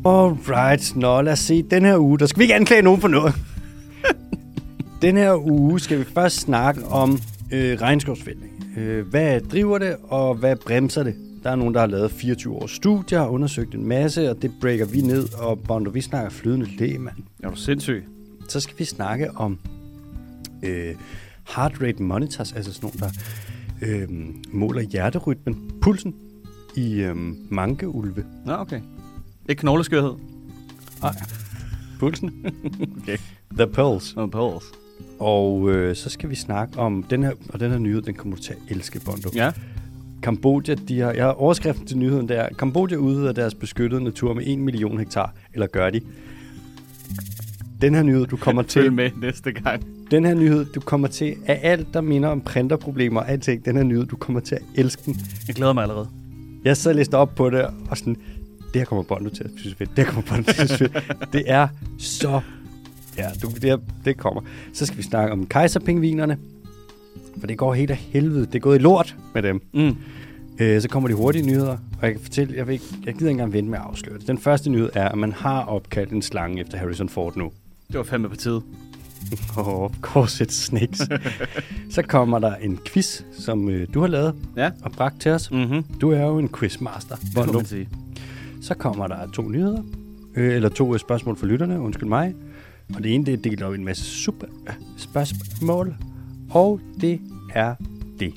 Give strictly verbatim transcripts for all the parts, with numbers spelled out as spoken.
Alright, nå lad os se. Den her uge, der skal vi ikke anklage nogen for noget. Den her uge skal vi først snakke om øh, regnskovsfældning. Øh, hvad driver det, og hvad bremser det? Der er nogen, der har lavet fireogtyve års studier og undersøgt en masse, og det breaker vi ned, og Bondo, vi snakker flydende læge, mand. Er du sindssyg? Så skal vi snakke om øh, heart rate monitors, altså sådan nogle, der øh, måler hjerterytmen, pulsen i øh, mankeulve. Nå, okay. Ikke knogleskørhed? Nej, pulsen. Okay. The pulse. Oh, pulse. Og øh, så skal vi snakke om den her, og den her nyhed, den kommer du til at elske, Bondo. Ja. Kambodja, de har, jeg har overskriften til nyheden, der Kambodja udvider deres beskyttede natur med en million hektar, eller gør de? Den her nyhed, du kommer til... Følg med næste gang. Den her nyhed, du kommer til, af alt, der minder om printerproblemer og alting, den her nyhed, du kommer til at elske den. Jeg glæder mig allerede. Jeg så læste op på det, og sådan, det her kommer Bondo til at synes fedt, det her kommer Bondo til at synes fedt. Det er så... Ja, du, det, her, det kommer. Så skal vi snakke om kejserpingvinerne, for det går helt af helvede. Det er gået i lort med dem. Mm. Øh, så kommer de hurtige nyheder, og jeg kan fortælle, jeg, vil ikke, jeg gider ikke engang vente med at afsløre det. Den første nyhed er, at man har opkaldt en slange efter Harrison Ford nu. Det var fandme på tide. Oh, of course it's snakes. Så kommer der en quiz, som øh, du har lavet Ja. og bragt til os. Mhm. Du er jo en quizmaster. Det må man sige. Så kommer der to nyheder, øh, eller to øh, spørgsmål for lytterne, undskyld mig. Og det ene, det er delt op i en masse super øh, spørgsmål, og det er det.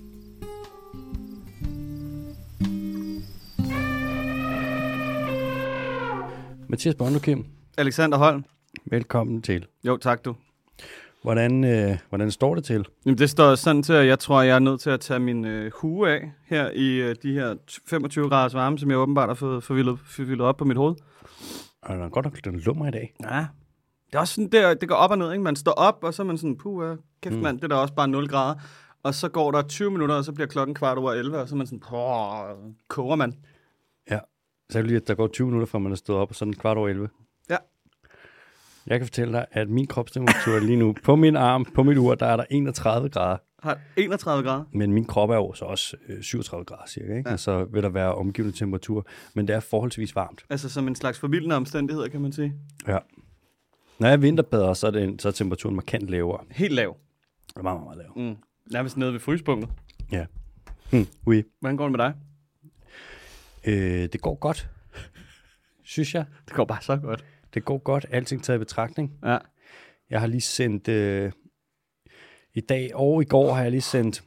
Mathias Bondo Kim, Alexander Holm. velkommen til. Jo, tak du. Hvordan, øh, hvordan står det til? Jamen, det står sådan til, at jeg tror, jeg er nødt til at tage min øh, hue af her i øh, de her femogtyve graders varme, som jeg åbenbart har fået forvildet, forvildet op på mit hoved. Og der er godt nok, den lummer i dag. Ja. Det er også sådan, der, det går op og ned, ikke? Man står op, og så er man sådan, puh, kæft mm. mand, det er da også bare nul grader. Og så går der tyve minutter, og så bliver klokken kvart over elleve, og så er man sådan, puh, koger man. Ja, så er det lige, at der går tyve minutter, fra man er stået op, og så er den kvart over elleve. Ja. Jeg kan fortælle dig, at min kropstemperatur lige nu, på min arm, på mit ur, der er der enogtredive grader. Har enogtredive grader? Men min krop er jo så også øh, syvogtredive grader cirka, ikke? Ja. Og så vil der være omgivende temperatur, men det er forholdsvis varmt. Altså som en slags forvildende omstændigheder, kan man sige. Ja. Når jeg vinterbader, så er, det, så er temperaturen markant lavere. Helt lav. Det er meget, meget lav. Mm. Nærmest nede ved fryspunktet. Ja. Hmm, oui. Hvordan går det med dig? Øh, det går godt, synes jeg. Det går bare så godt. Det går godt, alting taget i betragtning. Ja. Jeg har lige sendt, øh, i dag og i går har jeg lige sendt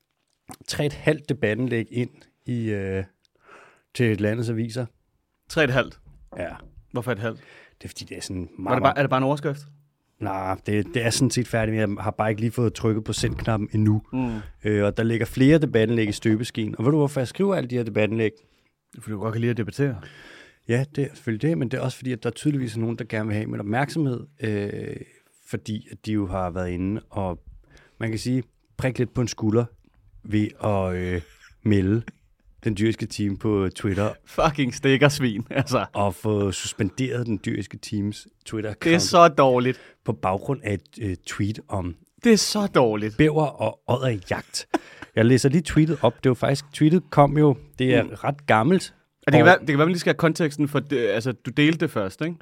tre et halvt debatindlæg ind i, øh, til landets aviser. Tre et halvt? Ja. Hvorfor et halvt? Det er fordi, det er sådan meget... Var det bare, er det bare en overskrift? Nej, det, det er sådan set færdigt, men jeg har bare ikke lige fået trykket på send-knappen endnu. Mm. Øh, og der ligger flere debatindlæg i støbeskeen. Og ved du, hvorfor jeg skriver alle de her debatindlæg? Fordi du godt kan lide at debattere. Ja, det er selvfølgelig det, men det er også fordi, at der er tydeligvis nogen, der gerne vil have min opmærksomhed, øh, fordi at de jo har været inde og, man kan sige, prikke lidt på en skulder ved at øh, melde den dyriske team på Twitter. Fucking stikkersvin, altså. Og få suspenderet den dyriske teams Twitter-account. Det er så dårligt. På baggrund af et øh, tweet om Det er så dårligt. bæver og odderjagt. Jeg læser lige tweetet op. Det var faktisk, tweetet kom jo, det er mm. ret gammelt. Det kan, være, det kan være, at vi lige skal have konteksten for, det, altså du delte det først, ikke?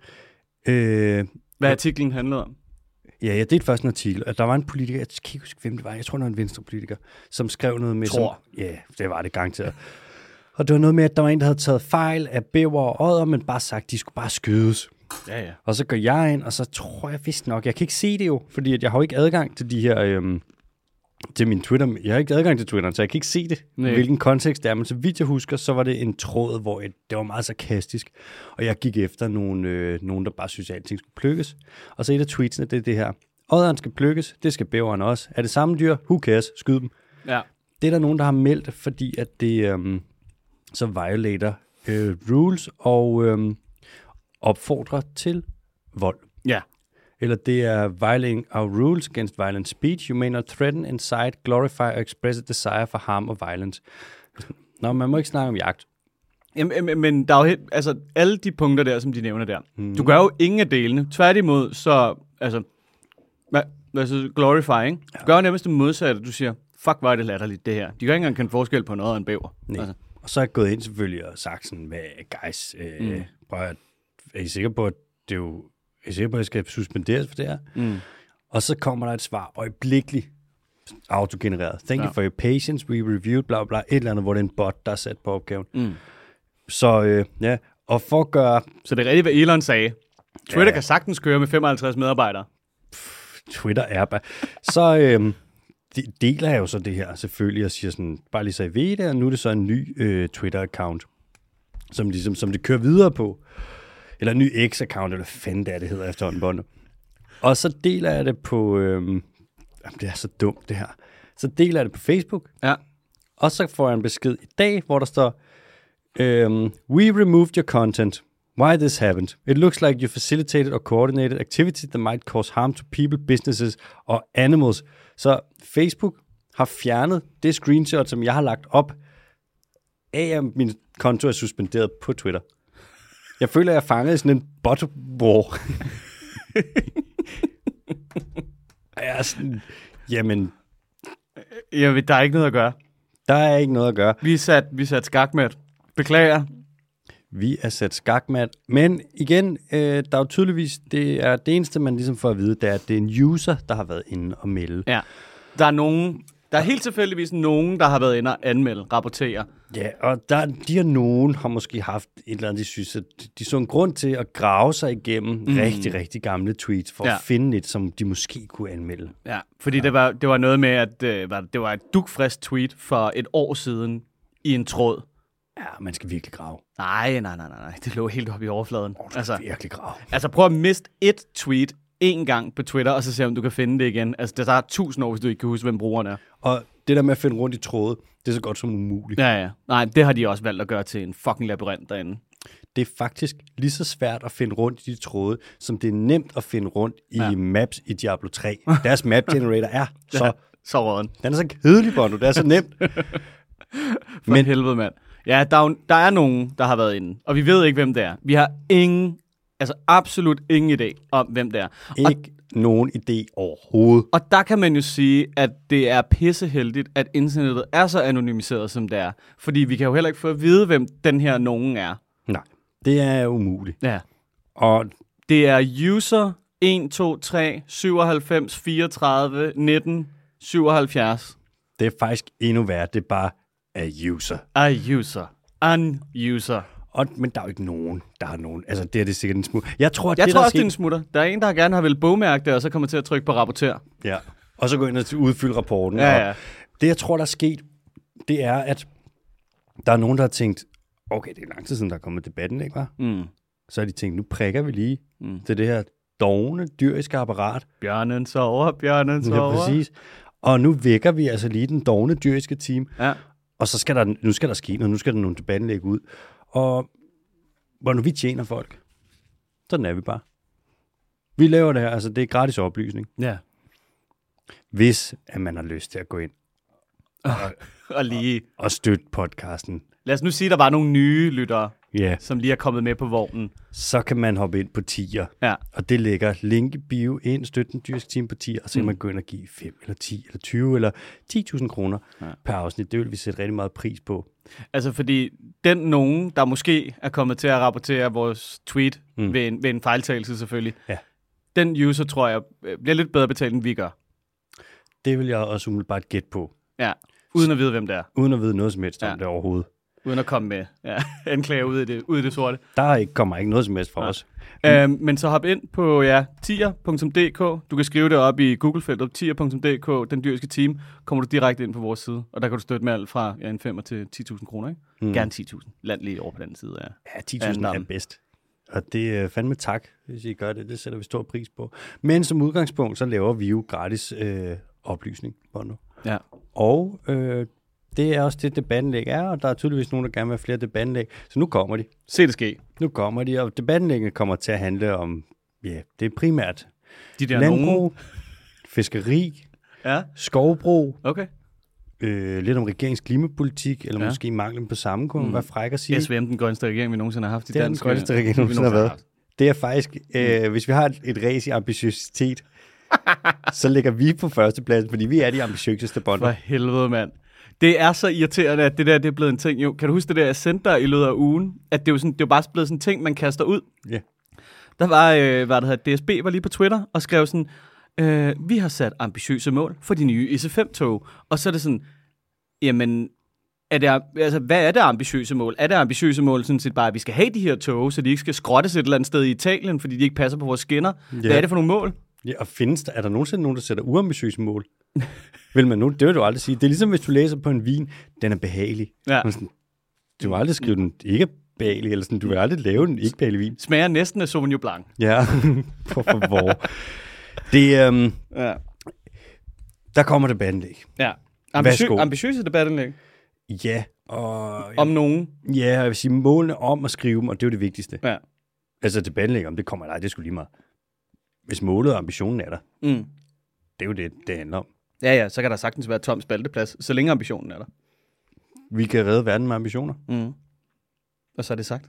Øh, Hvad artiklen handlede om? Ja, jeg delte først en artikel, og der var en politiker, jeg kan ikke huske, hvem det var, jeg tror, det var en venstrepolitiker, som skrev noget med... Tror. Som, ja, det var det garanteret. Og det var noget med, at der var en, der havde taget fejl af bæver og odder, men bare sagt, de skulle bare skydes. Ja, ja. Og så går jeg ind, og så tror jeg vist nok, jeg kan ikke se det jo, fordi at jeg har jo ikke adgang til de her... Øhm, til min Twitter. Jeg har ikke adgang til Twitter, så jeg kan ikke se det, Nej. hvilken kontekst det er. Men så vidt jeg husker, så var det en tråd, hvor et, det var meget sarkastisk. Og jeg gik efter nogle, øh, nogen, der bare synes, at alting skulle plukkes. Og så et af tweetsene, det er det her. Odderen skal plukkes, det skal bæveren også. Er det samme dyr? Who cares? Skyd dem. Ja. Det er der nogen, der har meldt, fordi at det øhm, så violator øh, rules og øhm, opfordrer til vold. Ja. Eller det er violating our rules against violent speech. You may not threaten, incite, glorify or express a desire for harm or violence. Nå, man må ikke snakke om jagt. Jamen, men der er jo helt, altså alle de punkter der, som de nævner der. Mm. Du gør jo ingen af delene. Tværtimod, så, altså, hvad, altså glorify, ikke? Du gør jo nærmest det modsatte. Du siger, fuck, hvor er det latterligt, det her. De kan ikke engang kende forskel på noget af en bæver. Nej. Altså. Og så er jeg gået ind selvfølgelig og sagt sådan, hvad, guys, øh, mm. prøv at er I sikre på, at det er jo, er I sikre på, at jeg skal suspenderes for det her? Mm. Og så kommer der et svar, øjeblikkeligt autogenereret. Thank Ja. you for your patience, we reviewed, bla bla, et eller andet, hvor det er en bot, der er sat på opgaven. Mm. Så øh, ja, og for at gøre... Så det er rigtigt, hvad Elon sagde. Twitter Ja. kan sagtens køre med femoghalvtreds medarbejdere. Twitter er bare... Så øh, de, deler jeg jo så det her selvfølgelig, og siger sådan, bare lige så I ved det, og nu er det så en ny øh, Twitter-account, som, ligesom, som det kører videre på. Eller en ny X-account, eller hvad fanden det er, det hedder efterhånden båndet. Og så deler jeg det på... Øh, jamen, det er så dumt, det her. Så deler jeg det på Facebook, Ja. og så får jeg en besked i dag, hvor der står, um, we removed your content. Why this happened? It looks like you facilitated or coordinated activity that might cause harm to people, businesses or animals. Så Facebook har fjernet det screenshot, som jeg har lagt op af, at min konto er suspenderet på Twitter. Jeg føler, at jeg er fanget i sådan en bot war. Jeg er sådan, jamen, Jeg ved, der er ikke noget at gøre. der er ikke noget at gøre. Vi er sat, vi er sat skakmat. Beklager. Vi er sat skakmat. Men igen, øh, der er jo tydeligvis, det er det eneste, man ligesom får at vide, det er, at det er en user, der har været inde og melde. Ja. Der er nogen, der er helt tilfældigvis nogen, der har været inde og anmelde, rapportere. Ja, og der, de her nogen har måske haft et eller andet, de synes, at de så en grund til at grave sig igennem mm. rigtig, rigtig gamle tweets, for ja. at finde et, som de måske kunne anmelde. Ja, fordi ja. Det, var, det var noget med, at øh, det var et dugfrisk tweet for et år siden i en tråd. Ja, man skal virkelig grave. Nej, nej, nej, nej. Det lå helt oppe i overfladen. Oh, altså, virkelig grave. Altså prøv at miste et tweet en gang på Twitter, og så se om du kan finde det igen. Altså det tager tusind år, hvis du ikke kan huske, hvem brugeren er. Og det der med at finde rundt i tråde, det er så godt som umuligt. Ja, ja. Nej, det har de også valgt at gøre til en fucking labyrint derinde. Det er faktisk lige så svært at finde rundt i de tråde, som det er nemt at finde rundt i ja. maps i Diablo tre. Deres map generator er så... Ja, så råden. Den er så kedelig, Bono. Det er så nemt. For Men helvede, mand. Ja, der er, der er nogen, der har været inde, og vi ved ikke, hvem det er. Vi har ingen, altså absolut ingen idé om, hvem det er. Ikke og, nogen idé overhovedet. Og der kan man jo sige, at det er pisseheldigt, at internettet er så anonymiseret, som det er. Fordi vi kan jo heller ikke få at vide, hvem den her nogen er. Nej, det er umuligt. Ja. Og det er user en to tre syvoghalvfems fireogtredive nitten syvoghalvfjerds. Det er faktisk endnu værre. Det er bare a user. A user. An user. Og, men der er jo ikke nogen, der har nogen. Altså, det er det sikkert en smutter. Jeg tror, jeg det, tror der også, sket... det er en smutter. Der er en, der gerne har vel bogmærke det, og så kommer til at trykke på rapporter. Ja, og så gå ind og udfylde rapporten. Ja, ja. Og det, jeg tror, der er sket, det er, at der er nogen, der har tænkt, okay, det er lang tid siden, der er kommet debatten, ikke hva'? Mm. Så har de tænkt, nu prikker vi lige mm. til det her dovne, dyriske apparat. Bjørnen sover, bjørnen sover. Ja, præcis. Og nu vækker vi altså lige den dovne, dyriske team. Ja. Og så skal der, nu skal der ske noget, nu skal der nogle debattenlæg ud. Og hvor vi tjener folk, sådan er vi bare. Vi laver det her, altså det er gratis oplysning. Ja. Hvis at man har lyst til at gå ind og, og lige og, og støtte podcasten. Lad os nu sige, at der var nogle nye lyttere, yeah. som lige er kommet med på vognen. Så kan man hoppe ind på tier. Ja. Og det ligger link i bio ind, støtte den dyriske team på tier, og så kan mm. man gå ind og give fem eller ti eller tyve eller ti tusind kroner ja. per afsnit. Det vil vi sætte rigtig meget pris på. Altså fordi den nogen, der måske er kommet til at rapportere vores tweet mm. ved, en, ved en fejltagelse selvfølgelig, ja. den user tror jeg bliver lidt bedre betalt, end vi gør. Det vil jeg også umiddelbart gætte på. Ja, uden at vide, hvem det er. Uden at vide noget som helst ja. om det overhovedet. Uden at komme med ja, anklager ud i det, ud i det sorte. Der er ikke, kommer ikke noget som helst fra ja. os. Øhm, men så hop ind på ja, tier punktum d k. Du kan skrive det op i Google-feltet, tier punktum d k, den dyriske team. Kommer du direkte ind på vores side, og der kan du støtte med alt fra ja, en femmer til ti tusind kroner, ikke? Mm. Gerne ti tusind. Land lige over på den side af. Ja, ti tusind er bedst. Og det er fandme tak, hvis I gør det. Det sætter vi stor pris på. Men som udgangspunkt, så laver vi jo gratis øh, oplysning. Ja. Og øh, det er også det, debattenlæg er, og der er tydeligvis nogen, der gerne vil have flere debattenlæg. Så nu kommer de. Se det ske. Nu kommer de, og debattenlæggene kommer til at handle om, ja, det er primært de der landbrug, nogen. fiskeri, ja. skovbrug, okay. øh, lidt om regeringens klimapolitik, eller ja. måske manglen på samme, kunne man mm. være fræk at sige. S V M, den grønste regering, vi nogensinde har haft i det dansk. Det er den grønste regering, vi nogensinde har været. Det er faktisk, øh, hvis vi har et, et race i ambitiøsitet, så ligger vi på førstepladsen, fordi vi er de ambitiøseste bonder. For helvede, mand. Det er så irriterende, at det der det er blevet en ting. Jo, kan du huske det der, jeg sendte dig i løbet af ugen? At det er jo, sådan, det er jo bare blevet sådan en ting, man kaster ud. Ja. Der var, øh, hvad det hedder, D S B var lige på Twitter og skrev sådan, øh, vi har sat ambitiøse mål for de nye I C fem tog. Og så er det sådan, jamen, er det, altså, hvad er det ambitiøse mål? Er det ambitiøse mål sådan set bare, at vi skal have de her tog, så de ikke skal skrottes et eller andet sted i Italien, fordi de ikke passer på vores skinner? Ja. Hvad er det for nogle mål? Ja, og findes der, er der nogensinde nogen, der sætter uambitiøse mål? Vil man nu? Det vil du aldrig sige. Det er ligesom, hvis du læser på en vin, den er behagelig. Ja. Sådan, du vil aldrig skrive den ikke behagelig, eller sådan, du vil aldrig lave den ikke behagelig vin. Smager næsten af Sauvignon Blanc. Ja, for favor. Det, øhm, ja. Der kommer debatindlæg. Ja. Ambitiø- ambitiøse debatindlæg. Ja. Og, om nogen. Ja, jeg vil sige målene om at skrive dem, og det er jo det vigtigste. Ja. Altså debatindlæg om det kommer, nej, det skulle lige meget. Hvis målet og ambitionen er der, mm. det er jo det, det handler om. Ja, ja, så kan der sagtens være tom spalteplads, så længe ambitionen er der. Vi kan redde verden med ambitioner. Mm. Og så er det sagt.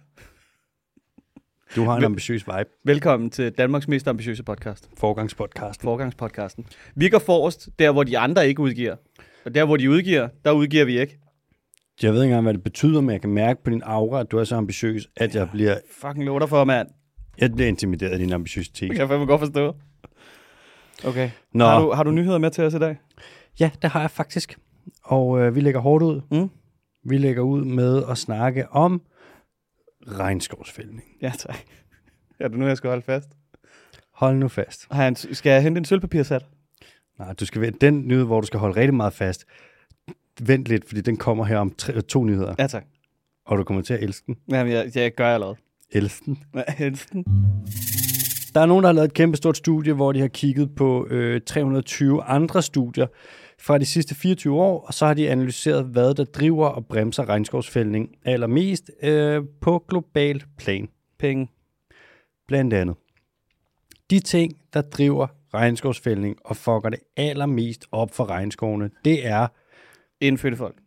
Du har en Vel- ambitiøs vibe. Velkommen til Danmarks mest ambitiøse podcast. Forgangspodcasten. Forgangspodcasten. Vi går forrest, der hvor de andre ikke udgiver. Og der hvor de udgiver, der udgiver vi ikke. Jeg ved ikke engang, hvad det betyder, men jeg kan mærke på din aura, at du er så ambitiøs, at jeg bliver... Fucking lov dig for, mand. Jeg bliver intimideret af din ambitiøsitet. Det kan jeg fandme godt forstå. Okay. Nå. Har du, har du nyheder med til os i dag? Ja, det har jeg faktisk. Og øh, vi lægger hårdt ud. Mm. Vi lægger ud med at snakke om regnskovsfældning. Ja, tak. Er det nu, jeg skal holde fast? Hold nu fast. Har jeg en, skal jeg hente en sølvpapirsat? Nej, du skal vente den nyhed, hvor du skal holde rigtig meget fast. Vent lidt, fordi den kommer her om tre, to nyheder. Ja, tak. Og du kommer til at elske den. Jamen, jeg, jeg gør allerede. Elske den? Ja, elske den. Der er nogen, der har lavet et kæmpe stort studie, hvor de har kigget på øh, tre hundrede og tyve andre studier fra de sidste fireogtyve år, og så har de analyseret, hvad der driver og bremser regnskovsfældning allermest øh, på global plan. Penge. Blandt andet. De ting, der driver regnskovsfældning og fucker det allermest op for regnskovene, det er... Indfødte folk.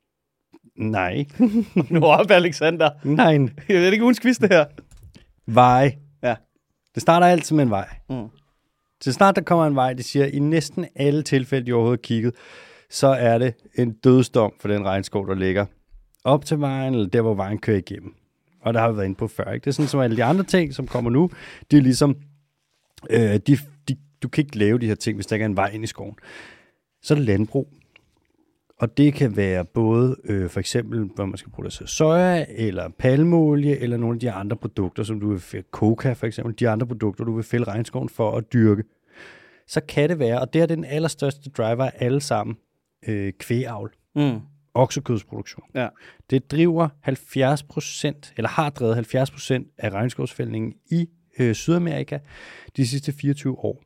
Nej. Nu op, Alexander. Nej. Jeg ved ikke, ugens quiz det her. Vej. Ja. Det starter altid med en vej. Mm. Så snart der kommer en vej, det siger, i næsten alle tilfælde, de overhovedet har kigget, så er det en dødsdom for den regnskov, der ligger op til vejen, eller der, hvor vejen kører igennem. Og der har vi været inde på før, ikke? Det er sådan, som alle de andre ting, som kommer nu, det er ligesom, øh, de, de, du kan ikke lave de her ting, hvis der ikke er en vej ind i skoven. Så er det landbrug. Og det kan være både øh, for eksempel, hvor man skal producere soja, eller palmeolie, eller nogle af de andre produkter, som du vil fælde, coca for eksempel, de andre produkter, du vil fælde regnskoven for at dyrke. Så kan det være, og det er den allerstørste driver af alle sammen, øh, kvægavl, mm. oksekødsproduktion. Ja. Det driver halvfjerds procent, eller har drevet halvfjerds procent af regnskovsfældningen i øh, Sydamerika de sidste fireogtyve år.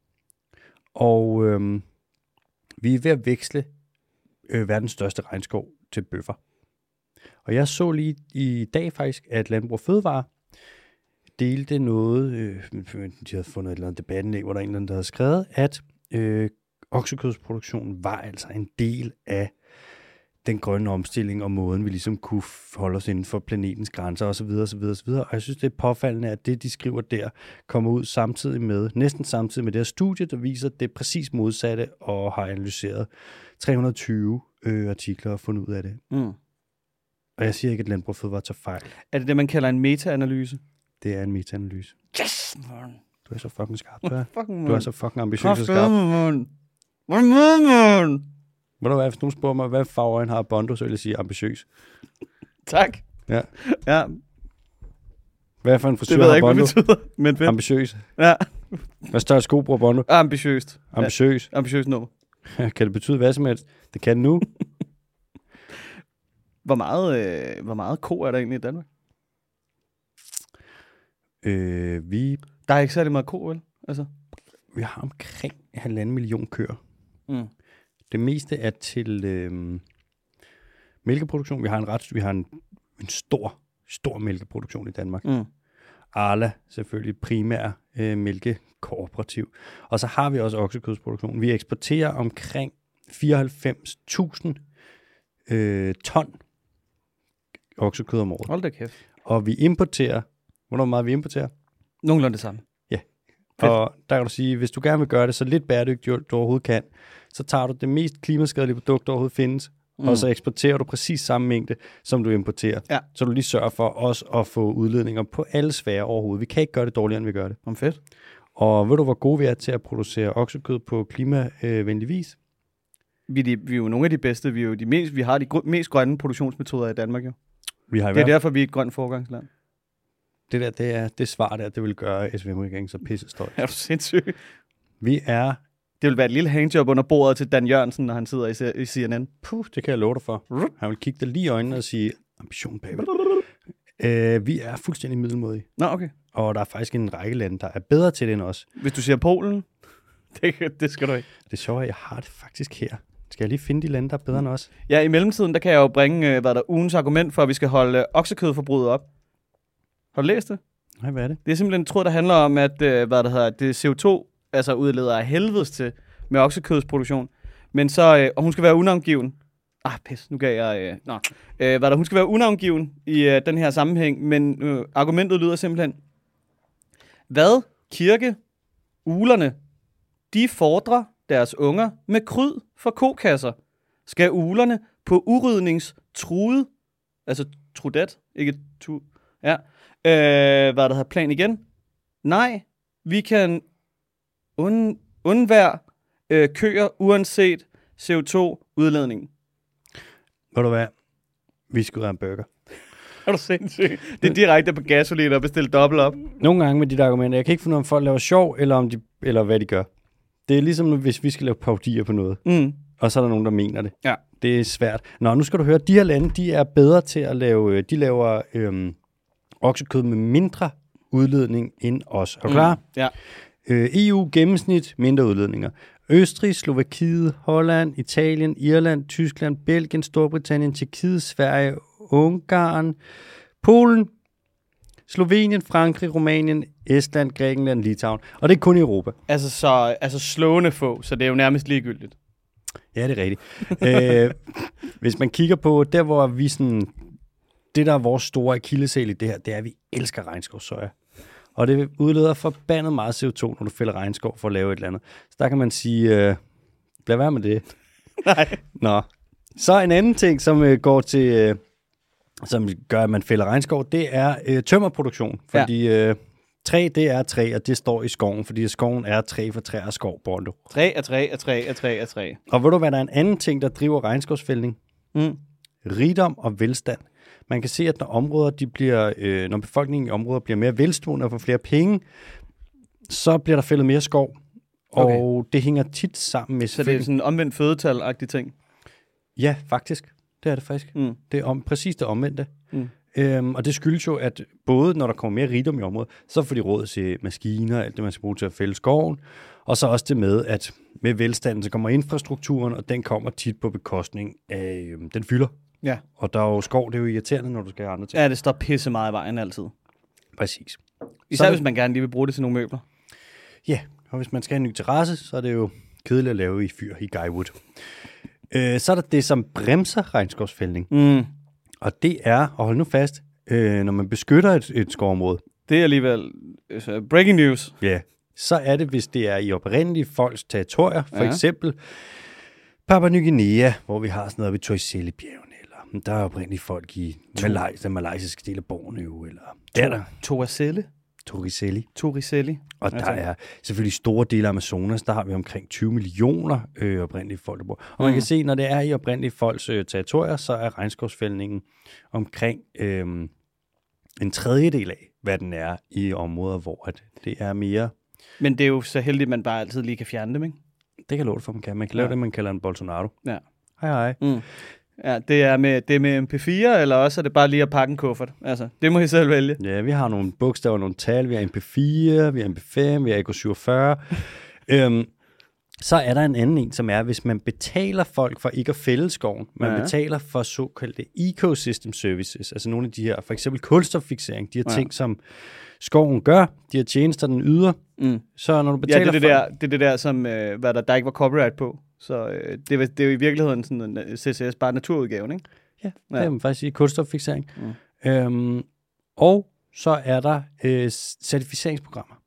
Og øh, vi er ved at veksle Øh, verdens største regnskov til bøffer. Og jeg så lige i dag faktisk, at Landbrug Fødevare delte noget, øh, de havde fundet et eller andet debatindlæg, hvor der er en eller anden, der havde skrevet, at øh, oksekødsproduktionen var altså en del af den grønne omstilling og måden, vi ligesom kunne holde os inden for planetens grænser osv. osv., osv. Og jeg synes, det er påfaldende, at det, de skriver der, kommer ud samtidig med, næsten samtidig med det her studie, der viser, at det er præcis modsatte og har analyseret tre hundrede og tyve øh, artikler og fundet ud af det. Mm. Og jeg siger ikke, at Landbrug Fødevare tager fejl. Er det det, man kalder en meta-analyse? Det er en meta-analyse. Yes! Man. Du er så fucking skarp, du er. Fucking Du er så fucking ambitiøs og skarp. Man. Hvad med, man? Ved du hvad, hvis nogen spørger mig, hvad farve har Bondo, så vil jeg sige ambitiøs. Tak. Ja. Ja. Hvad for en frisyr det ved jeg har ikke, Bondo? hvad det betyder, men fedt. Ambitiøs. Ja. Hvad større sko bruger Bondo? Ambitiøst. Ambitiøs. Ja. Ambitiøst nummer. Kan det betyde hvad som helst? Det kan det nu. Hvor meget, øh, hvor meget ko er der egentlig i Danmark? Øh, vi, Der er ikke særlig meget ko, vel? Altså. vi har omkring halvanden million køer. Mm. Det meste er til øh, mælkeproduktion. Vi har en ret, vi har en, en stor, stor mælkeproduktion i Danmark. Mm. Arla, selvfølgelig primær øh, mælkekooperativ. Og så har vi også oksekødsproduktion. Vi eksporterer omkring fireoghalvfems tusind øh, ton oksekød om året. Hold da kæft. Og vi importerer, hvornår meget vi importerer? Nogenlunde det samme. Ja. Og der kan du sige, hvis du gerne vil gøre det så lidt bæredygtigt, du overhovedet kan, så tager du det mest klimaskadelige produkt, der overhovedet findes, mm. og så eksporterer du præcis samme mængde, som du importerer. Ja. Så du lige sørger for os at få udledninger på alle sfærer overhovedet. Vi kan ikke gøre det dårligere, end vi gør det. Om fedt. Og ved du, hvor gode vi er til at producere oksekød på klimavenlig vis? Vi er, de, vi er jo nogle af de bedste. Vi, er jo de mest, vi har de gr- mest grønne produktionsmetoder i Danmark, jo. Vi har det er derfor, vi er et grønt foregangsland. Det der, det er det svar der, det vil gøre S V M-regeringen så pisse stolt. Er du sindssyg? Vi er... Det vil være et lille handjob under bordet til Dan Jørgensen, når han sidder i C N N. Puh, det kan jeg love dig for. Han vil kigge dig lige i øjnene og sige, ambition, baby. Uh, vi er fuldstændig middelmodige. Nå, okay. Og der er faktisk en række lande, der er bedre til det end os. Hvis du siger Polen, det, det skal du ikke. Det er sjovt, at jeg har det faktisk her. Skal jeg lige finde de lande, der er bedre end os? Ja, i mellemtiden, der kan jeg jo bringe, hvad der ugens argument for, at vi skal holde øh, oksekødforbruget op. Har du læst det? Nej, hvad er det? Det er simpelthen en tråd, der handler om, at øh, hvad det hedder, det C O to altså udleder af helvedes til med oksekødsproduktion. Men så, øh, og hun skal være unavngiven. Ah, pis, nu gav jeg... Øh, nå. Øh, hvad der, hun skal være unavngiven i øh, den her sammenhæng, men øh, argumentet lyder simpelthen, hvad kirke ulerne, de fordrer deres unger med kryd for kokasser. Skal ulerne på urydningstruet, altså trudet, ikke tu, ja, øh, hvad der hedder plan igen? Nej, vi kan und, undvære øh, køer uanset C O to udledningen. Ved du hvad? Vi skal ud af en burger. Er du sindssyg? Det er direkte på gasolin og bestille dobbelt op. Nogle gange med de der argumenter. Jeg kan ikke finde ud af, om folk laver sjov, eller, om de, eller hvad de gør. Det er ligesom, hvis vi skal lave parodier på noget. Mm. Og så er der nogen, der mener det. Ja. Det er svært. Nå, nu skal du høre, de her lande, de er bedre til at lave, de laver øhm, oksekød med mindre udledning end os. Er du klar? Mm. Ja. Øh, E U gennemsnit, mindre udledninger. Østrig, Slovakiet, Holland, Italien, Irland, Tyskland, Belgien, Storbritannien, Tjekkiet, Sverige, Ungarn, Polen, Slovenien, Frankrig, Rumænien, Estland, Grækenland, Litauen. Og det er kun i Europa. Altså, så, altså slående få, så det er jo nærmest ligegyldigt. Ja, det er rigtigt. øh, hvis man kigger på der, hvor vi sådan... Det, der er vores store akilleshæl i det her, det er, at vi elsker regnskovssoja. Og det udleder forbandet meget C O to, når du fælder regnskov for at lave et eller andet. Så der kan man sige, øh, lad være med det. Nej. Nå. Så en anden ting, som øh, går til... Øh, som gør, at man fælder regnskov, det er øh, tømmerproduktion. Fordi ja. øh, træ, det er træ, og det står i skoven, fordi skoven er træ for træ og skov, Bondo. Træ er træ er træ er træ er træ. Og ved du hvad, der er en anden ting, der driver regnskovsfældning? Mm. Rigdom og velstand. Man kan se, at når områder, de bliver, øh, når befolkningen i områder bliver mere velstående og får flere penge, så bliver der fældet mere skov. Okay. Og det hænger tit sammen med... Så det er sådan en omvendt fødetal-agtig ting? Ja, faktisk. Det er det faktisk. Mm. Det er om, præcis det omvendte. Mm. Øhm, og det skyldes jo, at både når der kommer mere rigdom i området, så får de råd til maskiner, alt det, man skal bruge til at fælde skoven, og så også det med, at med velstanden, så kommer infrastrukturen, og den kommer tit på bekostning af, øhm, den fylder. Ja. Og der er jo skov, det er jo irriterende, når du skal have andre ting. Ja, det står pisse meget i vejen altid. Præcis. Især så hvis man gerne lige vil bruge det til nogle møbler. Ja, og hvis man skal have en ny terrasse, så er det jo kedeligt at lave i fyr i Guywood. Øh, så er der det, som bremser regnskovsfældning. Mm. Og det er, og hold nu fast, øh, når man beskytter et, et skovområde. Det er alligevel uh, breaking news. Ja, så er det, hvis det er i oprindelige folks territorier. For ja. eksempel Papua Ny Guinea, hvor vi har sådan noget ved Torricelli-bjergene. Eller der er oprindelige folk i Malaj, den malaysiske del af Borneo. Eller der er der. Torricelli? Torricelli. Torricelli. Og der er selvfølgelig store dele af Amazonas, der har vi omkring tyve millioner øh, oprindelige folk, der bor. Og mm. man kan se, når det er i oprindelige folks øh, territorier, så er regnskovsfældningen omkring øh, en tredjedel af, hvad den er i områder, hvor at det er mere... Men det er jo så heldigt, at man bare altid lige kan fjerne dem, ikke? Det kan låte for, man kan. Man kan lave ja. det, man kalder en Bolsonaro. Ja. Hej, hej. Mm. Ja, det er med, det er med M P fire, eller også er det bare lige at pakke en kuffert? Altså, det må I selv vælge. Ja, vi har nogle bogstaver, nogle tal. Vi har M P fire, vi har M P fem, vi har E K syvogfyrre. øhm, så er der en anden en, som er, hvis man betaler folk for ikke at fælde skoven, man ja. betaler for såkaldte ecosystem services, altså nogle af de her, for eksempel kulstoffixering, de her ja. ting, som skoven gør, de her tjenester, den yder. Mm. Så når du betaler ja, det er det, for... der, det er det der, som øh, hvad der, der ikke var copyright på. Så øh, det, er, det er jo i virkeligheden sådan en C C S, bare naturudgaven, ikke? Ja, det ja. kan man faktisk sige, kulstoffixering. Mm. Øhm, og så er der øh, certificeringsprogrammer.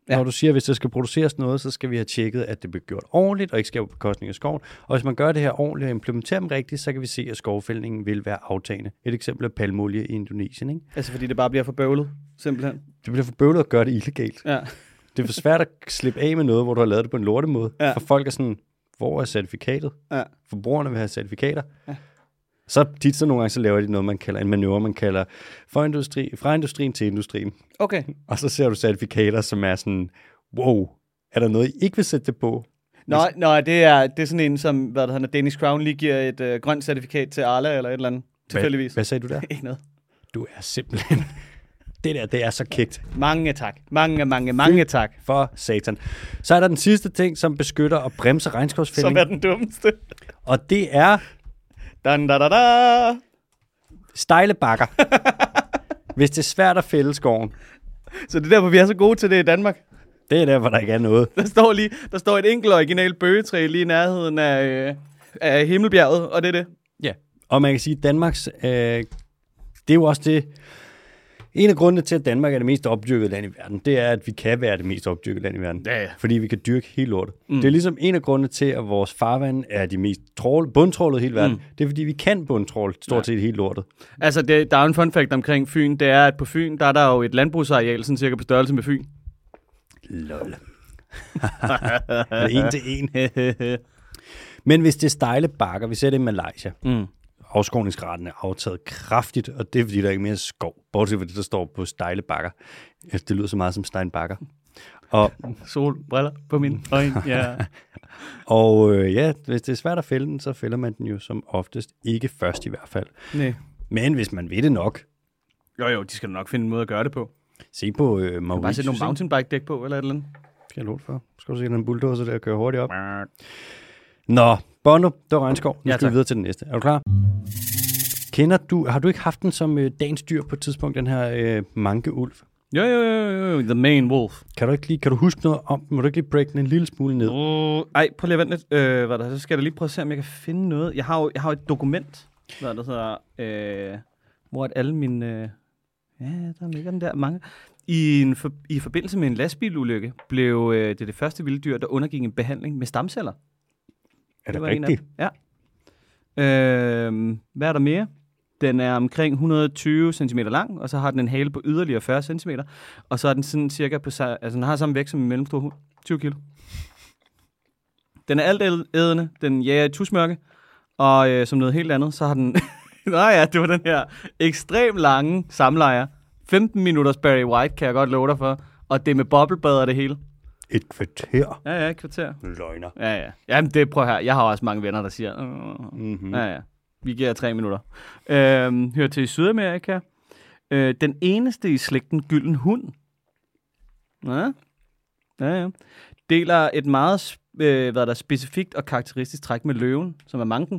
Ja. Når du siger, at hvis der skal produceres noget, så skal vi have tjekket, at det bliver gjort ordentligt, og ikke skal på bekostning af skoven. Og hvis man gør det her ordentligt og implementerer dem rigtigt, så kan vi se, at skovfældningen vil være aftagende. Et eksempel er palmolie i Indonesien. Ikke? Altså fordi det bare bliver for bøvlet, simpelthen? Det bliver for bøvlet at gøre det illegalt. Ja. Det er for svært at slippe af med noget, hvor du har lavet det på en lortemåde. Ja. For folk er sådan, hvor er certifikatet? Ja. Forbrugerne vil have certifikater. Ja. Så tit så nogle gange, så laver de noget, man kalder en manøvre, man kalder fra, industri, fra industrien til industrien. Okay. Og så ser du certifikater, som er sådan, wow, er der noget, I ikke vil sætte det på? Nå, Hvis... nå det, er, det er sådan en, som hvad der hedder, Danish Crown lige giver et øh, grønt certifikat til Arla eller et eller andet, tilfældigvis. Hvad, hvad sagde du der? Ikke noget. Du er simpelthen... Det der, det er så kægt. Mange tak. Mange, mange, mange tak. For satan. Så er der den sidste ting, som beskytter og bremser regnskovsfældning. Som er den dummeste. Og det er... Dan, da, da, da. Stejle bakker. Hvis det er svært at fælde skoven. Så det er derfor, vi er så gode til det i Danmark. Det er der, hvor der ikke er noget. Der står, lige, der står et enkelt originalt bøgetræ lige i nærheden af, øh, af Himmelbjerget, og det er det. Ja, og man kan sige, at Danmarks... Øh, det er jo også det... En af grundene til, at Danmark er det mest opdyrkede land i verden, det er, at vi kan være det mest opdyrkede land i verden. Ja, ja. Fordi vi kan dyrke hele lortet. Mm. Det er ligesom en af grundene til, at vores farvand er de mest trål, bundtrålede i hele verden. Mm. Det er, fordi vi kan bundtråle stort set ja. hele lortet. Altså, det, der er en fun fact omkring Fyn. Det er, at på Fyn, der er der jo et landbrugsareal, sådan cirka på størrelse med Fyn. Lol. En til en. Men hvis det er stejle bakker, vi ser det i Malaysia, mm. afskovningsraten er aftaget kraftigt, og det er, fordi der ikke er mere skov. Bortset fra det, der står på stejle bakker. Det lyder så meget som steinbakker. Og solbriller på mine øjne, ja. Og øh, ja, hvis det er svært at fælde den, så fælder man den jo som oftest ikke først i hvert fald. Nej. Men hvis man ved det nok. Jo jo, de skal nok finde en måde at gøre det på. Se på øh, Mauritius. Bare sætte nogle mountainbike-dæk på, eller et eller andet. Skal jeg love for? Skal du se den bulldozer der kører hurtigt op? Nå, Bono, det var regnskov. Nu ja, skal vi videre til den næste. Er du klar? Kender du, har du ikke haft den som øh, dagens dyr på et tidspunkt, den her øh, mankeulv? Jo, jo, jo, jo, the main wolf. Kan du ikke lige, kan du huske noget om den? Må du ikke lige break den en lille smule ned? Uh, ej, prøv lige at vente lidt. Øh, hvad der, så skal jeg lige prøve at se, om jeg kan finde noget. Jeg har jo, jeg har jo et dokument, hvad der hedder, øh, hvor at alle mine... Øh, ja, der ligger den der mange... I, en for, I forbindelse med en lastbilulykke blev øh, det det første vilde dyr, der undergik en behandling med stamceller. Er det, det rigtigt? Ja. Øh, hvad er der mere? Den er omkring et hundrede og tyve centimeter lang, og så har den en hale på yderligere fyrre centimeter, og så er den sådan cirka på, altså den har samme vægt som en mellemstor hund, tyve kilo. Den er altædende, den jager i tusmørke, og øh, som noget helt andet, så har den, nej ja, det var den her ekstremt lange samlejer. femten minutters Barry White, kan jeg godt love dig for, og det er med boblebad og det hele. Et kvarter? Ja, ja, et kvarter. Løgner. Ja, ja. Jamen, det prøv her. Jeg har også mange venner, der siger, uh, mm-hmm. ja, ja. Vi giver tre minutter. Øhm, hører til i Sydamerika. Øh, den eneste i slægten gylden hund. Ja. Ja, ja. Deler et meget øh, hvad der, specifikt og karakteristisk træk med løven, som er manken.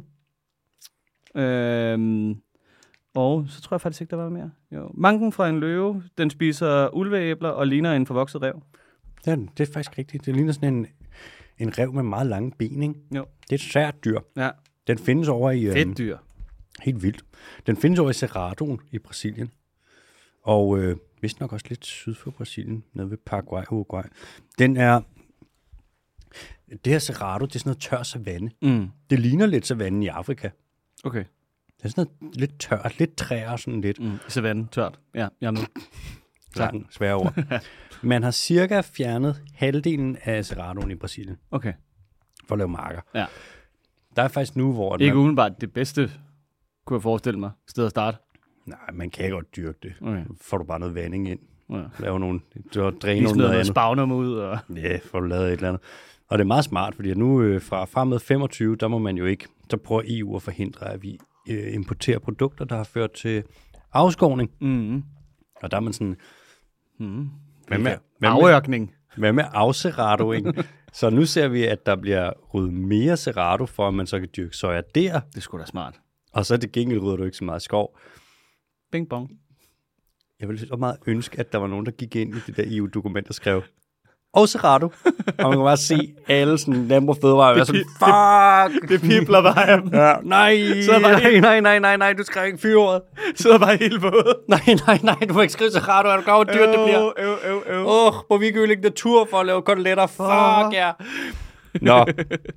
Øhm, og så tror jeg faktisk ikke, der var mere. Jo. Manken fra en løve, den spiser ulveæbler og ligner en forvokset ræv. Ja, det er faktisk rigtigt. Det ligner sådan en, en ræv med meget lange ben, ikke? Jo. Det er et svært dyr. Ja. Den findes over i... Fedt øhm, dyr. Helt vildt. Den findes over i Cerradoen i Brasilien. Og øh, vist nok også lidt syd for Brasilien, nede ved Paraguay og Uruguay. Den er... Det her Cerrado, det er sådan noget tør savanne. Mm. Det ligner lidt savannen i Afrika. Okay. Det er sådan noget lidt tørt, lidt træer sådan lidt. Mm. Savannen, tørt. Ja, jeg er med. Sådan, svære ord. Man har cirka fjernet halvdelen af Cerradoen i Brasilien. Okay. For at lave marker. Ja. Der er faktisk nu, hvor... Ikke man... umiddelbart det bedste, kunne jeg forestille mig, sted at starte. Nej, man kan godt dyrke det. Okay. Får du bare noget vanding ind. Ja. Lave nogle... Du dræner noget, noget spagnum ud. Og... Ja, får du lavet et eller andet. Og det er meget smart, fordi nu øh, fra frem med femogtyve, der må man jo ikke... Så prøver E U at forhindre, at vi øh, importerer produkter, der har ført til afskovning. Mm. Og der er man sådan... Mm. Hvad med, aførkning. Hvad med afcerrado, ikke? Så nu ser vi, at der bliver ryddet mere cerrado, for at man så kan dyrke soja der. Det er sgu da smart. Og så til gengæld rydder du ikke så meget skov. Bing bong. Jeg ville så meget ønske, at der var nogen, der gik ind i det der E U-dokument og skrev, og Serato. Og man kan bare se alle sådan Landbrug Fødevarer. Det, sådan, fuck! Det, det pibler bare. Ja, nej, nej, nej, nej, nej, nej, du skrev ikke fyreordet. Sidder bare helt våde. Nej, nej, nej, du må ikke skrive Serato. Er du klar, hvor dyrt det bliver? Øv, øv, øv. Åh, må vi ikke ødelægge natur for at lave koteletter? Fuck, ja. Nå.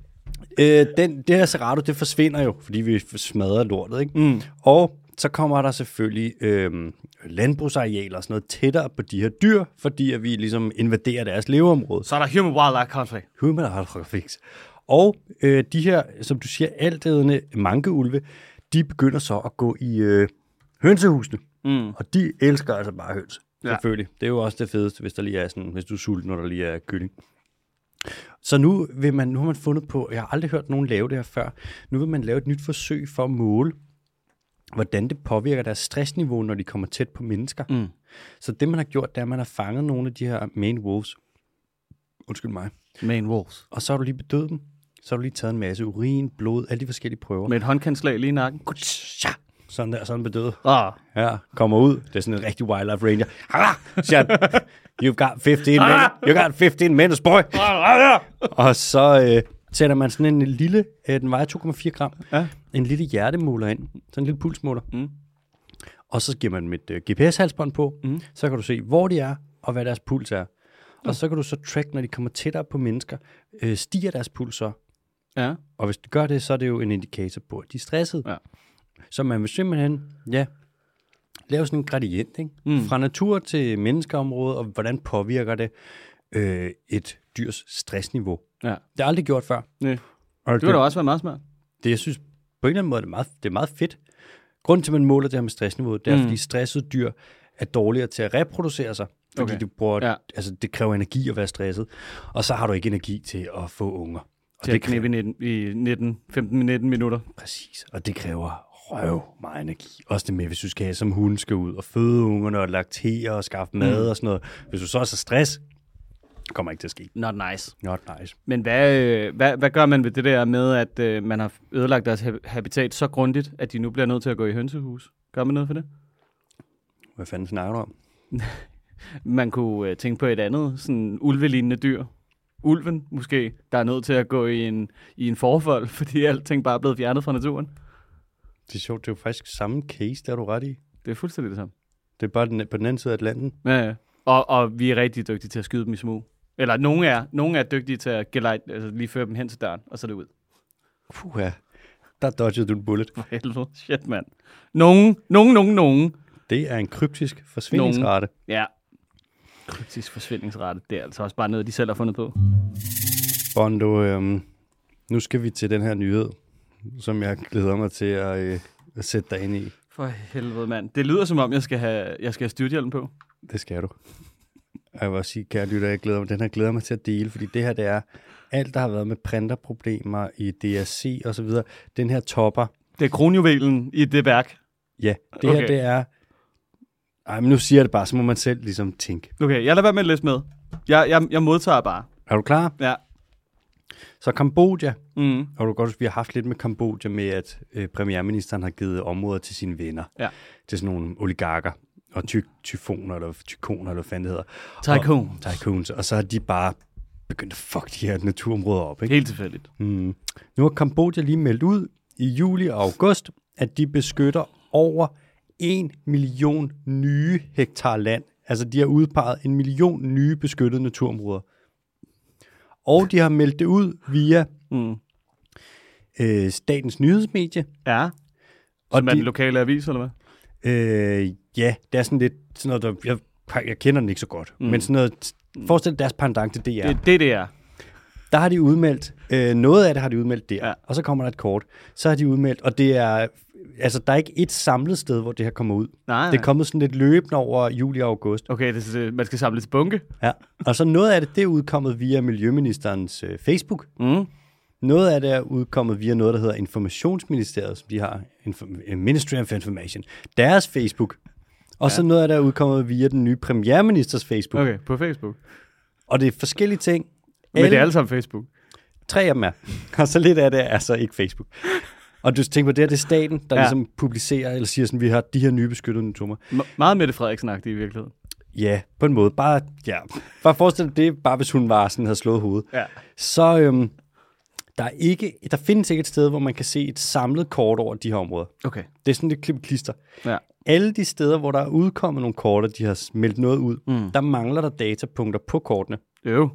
Øh, den, det her Serato, det forsvinder jo, fordi vi smadrer lortet, ikke? Mm. Og så kommer der selvfølgelig øh, landbrugsarealer og sådan noget tættere på de her dyr, fordi at vi ligesom invaderer deres leveområde. Så er der human wildlife conflict. Human wildlife conflict. Og øh, de her, som du siger, altædende mankeulve, de begynder så at gå i øh, hønsehusene. Mm. Og de elsker altså bare høns. Ja. Selvfølgelig. Det er jo også det fedeste, hvis der lige er sådan, hvis du er sulten, når der lige er kylling. Så nu vil man, nu har man fundet på, jeg har aldrig hørt nogen lave det her før, nu vil man lave et nyt forsøg for at måle, hvordan det påvirker deres stressniveau, når de kommer tæt på mennesker. Mm. Så det, man har gjort, det er, at man har fanget nogle af de her Maine wolves. Undskyld mig. Maine wolves. Og så har du lige bedøvet dem. Så har du lige taget en masse urin, blod, alle de forskellige prøver. Med et håndkantslag lige i nakken. Sådan der, sådan bedøvet. Ah. Ja, kommer ud. Det er sådan en rigtig wildlife ranger. Siger, you've got fifteen minutes. You got fifteen minutes, boy. Og så øh, sætter man sådan en lille, øh, den vejer to komma fire gram, ja. En lille hjertemåler ind. Sådan en lille pulsmåler. Mm. Og så giver man dem et øh, G P S-halsbånd på. Mm. Så kan du se, hvor de er, og hvad deres puls er. Og så kan du så track, når de kommer tættere på mennesker, øh, stiger deres puls så. Ja. Og hvis de gør det, så er det jo en indikator på, at de er stressede. Ja. Så man vil simpelthen, ja, lave sådan en gradient, ikke? Mm. Fra natur til menneskeområde, og hvordan påvirker det øh, et dyrs stressniveau. Ja. Det er aldrig gjort før. Nej. Og det, det vil da også være meget smart. Det, jeg synes, på en eller anden måde, det er meget, det er meget fedt. Grunden til, at man måler det her med stressniveauet, det er, mm. fordi stressede dyr er dårligere til at reproducere sig. Fordi okay. du bruger, ja. altså, det kræver energi at være stresset. Og så har du ikke energi til at få unger. Og til det kræver i nitten, femten nitten minutter. Præcis. Og det kræver røv meget energi. Også det med, hvis du skal have som hund skal ud og føde ungerne og laktere og skaffe mad mm. og sådan noget. Hvis du så er så stress, kommer ikke til at ske. Not nice. Not nice. Men hvad, hvad, hvad gør man ved det der med, at øh, man har ødelagt deres habitat så grundigt, at de nu bliver nødt til at gå i hønsehus? Gør man noget for det? Hvad fanden snakker du om? Man kunne øh, tænke på et andet, sådan ulvelignende dyr. Ulven måske, der er nødt til at gå i en, i en forfold, fordi alting bare er blevet fjernet fra naturen. Det er sjovt, det er jo faktisk samme case, der er du ret i. Det er fuldstændig det samme. Det er bare den, på den anden side af Atlanten. Ja, ja. Og, og vi er rigtig dygtige til at skyde dem i smug. Eller nogen er, nogen er dygtige til at gelejt, altså lige føre dem hen til døren, og så er det ud. Puh ja, der dodgede du en bullet. For helvede, shit mand. Nogen, nogen, nogen, nogen. Det er en kryptisk forsvindingsrate. Nogen. Ja, kryptisk forsvindingsrate, det er altså også bare noget, de selv har fundet på. Bondo, øhm, nu skal vi til den her nyhed, som jeg glæder mig til at, øh, at sætte dig ind i. For helvede, mand. Det lyder som om, jeg skal have, jeg skal have styrthjelm på. Det skal du. Jeg vil også sige, kære lytter, jeg glæder mig. Den her glæder mig til at dele, fordi det her, det er alt, der har været med printerproblemer i D R C og så videre. Den her topper. Det er kronjuvelen i det værk. Ja, det okay. her, det er... Ej, men nu siger jeg det bare, så må man selv ligesom tænke. Okay, jeg lader være med at læse med. Jeg, jeg, jeg modtager bare. Er du klar? Ja. Så Kambodja, mm. og du godt, vi har haft lidt med Kambodja med, at øh, premierministeren har givet områder til sine venner. Ja. Til sådan nogle oligarker og ty- tyfoner, eller tykoner, eller hvad fanden det hedder. Tycoon. Og, tycoons. Og så har de bare begyndt at fuck de her naturområder op. Ikke? Helt tilfældigt. Mm. Nu har Kambodja lige meldt ud i juli og august, at de beskytter over en million nye hektar land. Altså, de har udpeget en million nye beskyttede naturområder. Og de har meldt det ud via mm. øh, statens nyhedsmedie. Ja, og som er den lokale avis, eller hvad? Øh, ja, det er sådan lidt, sådan noget, der, jeg, jeg kender den ikke så godt, mm. men sådan noget, forestil dig deres pendant til D R. Det det, det er. Der har de udmeldt, øh, noget af det har de udmeldt der, ja. Og så kommer der et kort. Så har de udmeldt, og det er, altså der er ikke et samlet sted, hvor det her kommer ud. Nej, det er kommet sådan lidt løbende over juli og august. Okay, det, det, man skal samle til bunke. Ja, og så noget af det, det er udkommet via Miljøministerens øh, Facebook. Mm. Noget af det er udkommet via noget, der hedder Informationsministeriet, som de har, Info- Ministry of Information, deres Facebook. Og ja. Så noget af det er udkommet via den nye premierministers Facebook. Okay, på Facebook. Og det er forskellige ting. Men alle, det er alle sammen Facebook? Tre af dem er. Og så lidt af det er så ikke Facebook. Og du tænker på, det er det staten, der ja. ligesom publicerer, eller siger sådan, vi har de her nye beskyttede naturer. M- meget Mette Frederiksen-agtigt i virkeligheden. Ja, på en måde. Bare, ja. bare forestil dig det, bare hvis hun var sådan, havde slået hovedet. Ja. Så øhm, der, er ikke, der findes ikke et sted, hvor man kan se et samlet kort over de her områder. Okay. Det er sådan lidt klip-klister. Ja. Alle de steder, hvor der er udkommet nogle kort, og de har meldt noget ud, Mm. der mangler der datapunkter på kortene. Jo.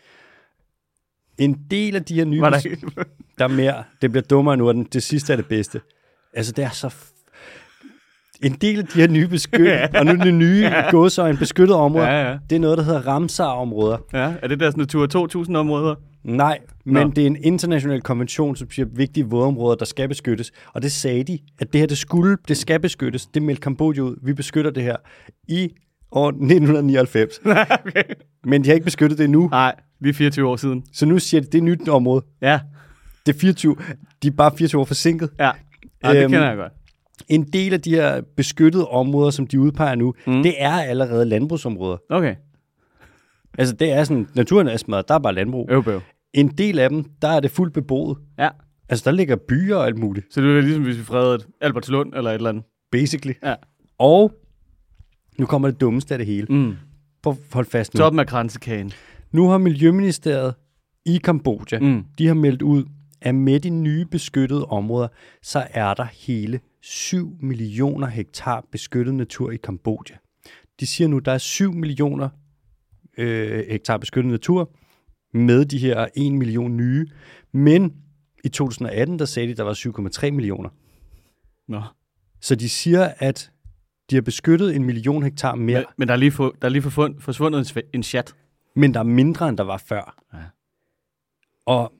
En del af de her nye... Var der ikke? Der er mere. Det bliver dummere nu, og den, det sidste er det bedste. Altså, det er så... F- en del af de her nye beskyttede, og nu det nye ja. gåseøjne beskyttede områder, Ja, ja. det er noget, der hedder Ramsar-områder. Ja, er det deres Natura to tusind områder? Nej, men Nå. det er en international konvention, som siger vigtige vådområder, der skal beskyttes. Og det sagde de, at det her, det skulle, det skal beskyttes. Det meldte Kambodja ud. Vi beskytter det her i år nitten nioghalvfems. Okay. Men de har ikke beskyttet det endnu. Nej, lige fireogtyve år siden. Så nu siger de, det er et nyt område. Ja. Det er fireogtyve. De er bare fireogtyve år forsinket. Ja, ja det Øhm, kender jeg godt. En del af de her beskyttede områder, som de udpeger nu, Mm. det er allerede landbrugsområder. Okay. Altså, det er sådan, naturen er smadret, der er bare landbrug. Øv, bøv. En del af dem, der er det fuldt beboet. Ja. Altså, der ligger byer og alt muligt. Så det er ligesom, hvis vi fredede Albertslund eller et eller andet. Basically. Ja. Og nu kommer det dummeste af det hele. Mm. Prøv at holde fast nu. Toppen af kransekagen. Nu har Miljøministeriet i Kambodja, Mm. de har meldt ud, at med de nye beskyttede områder, så er der hele syv millioner hektar beskyttet natur i Kambodja. De siger nu, at der er syv millioner øh, hektar beskyttet natur med de her en million nye. Men i to tusind atten, der sagde de, at der var syv komma tre millioner. Nå. Så de siger, at de har beskyttet en million hektar mere, Men, men der er lige, for, der er lige for, forsvundet en, sve- en chat. men der er mindre, end der var før. Ja. Og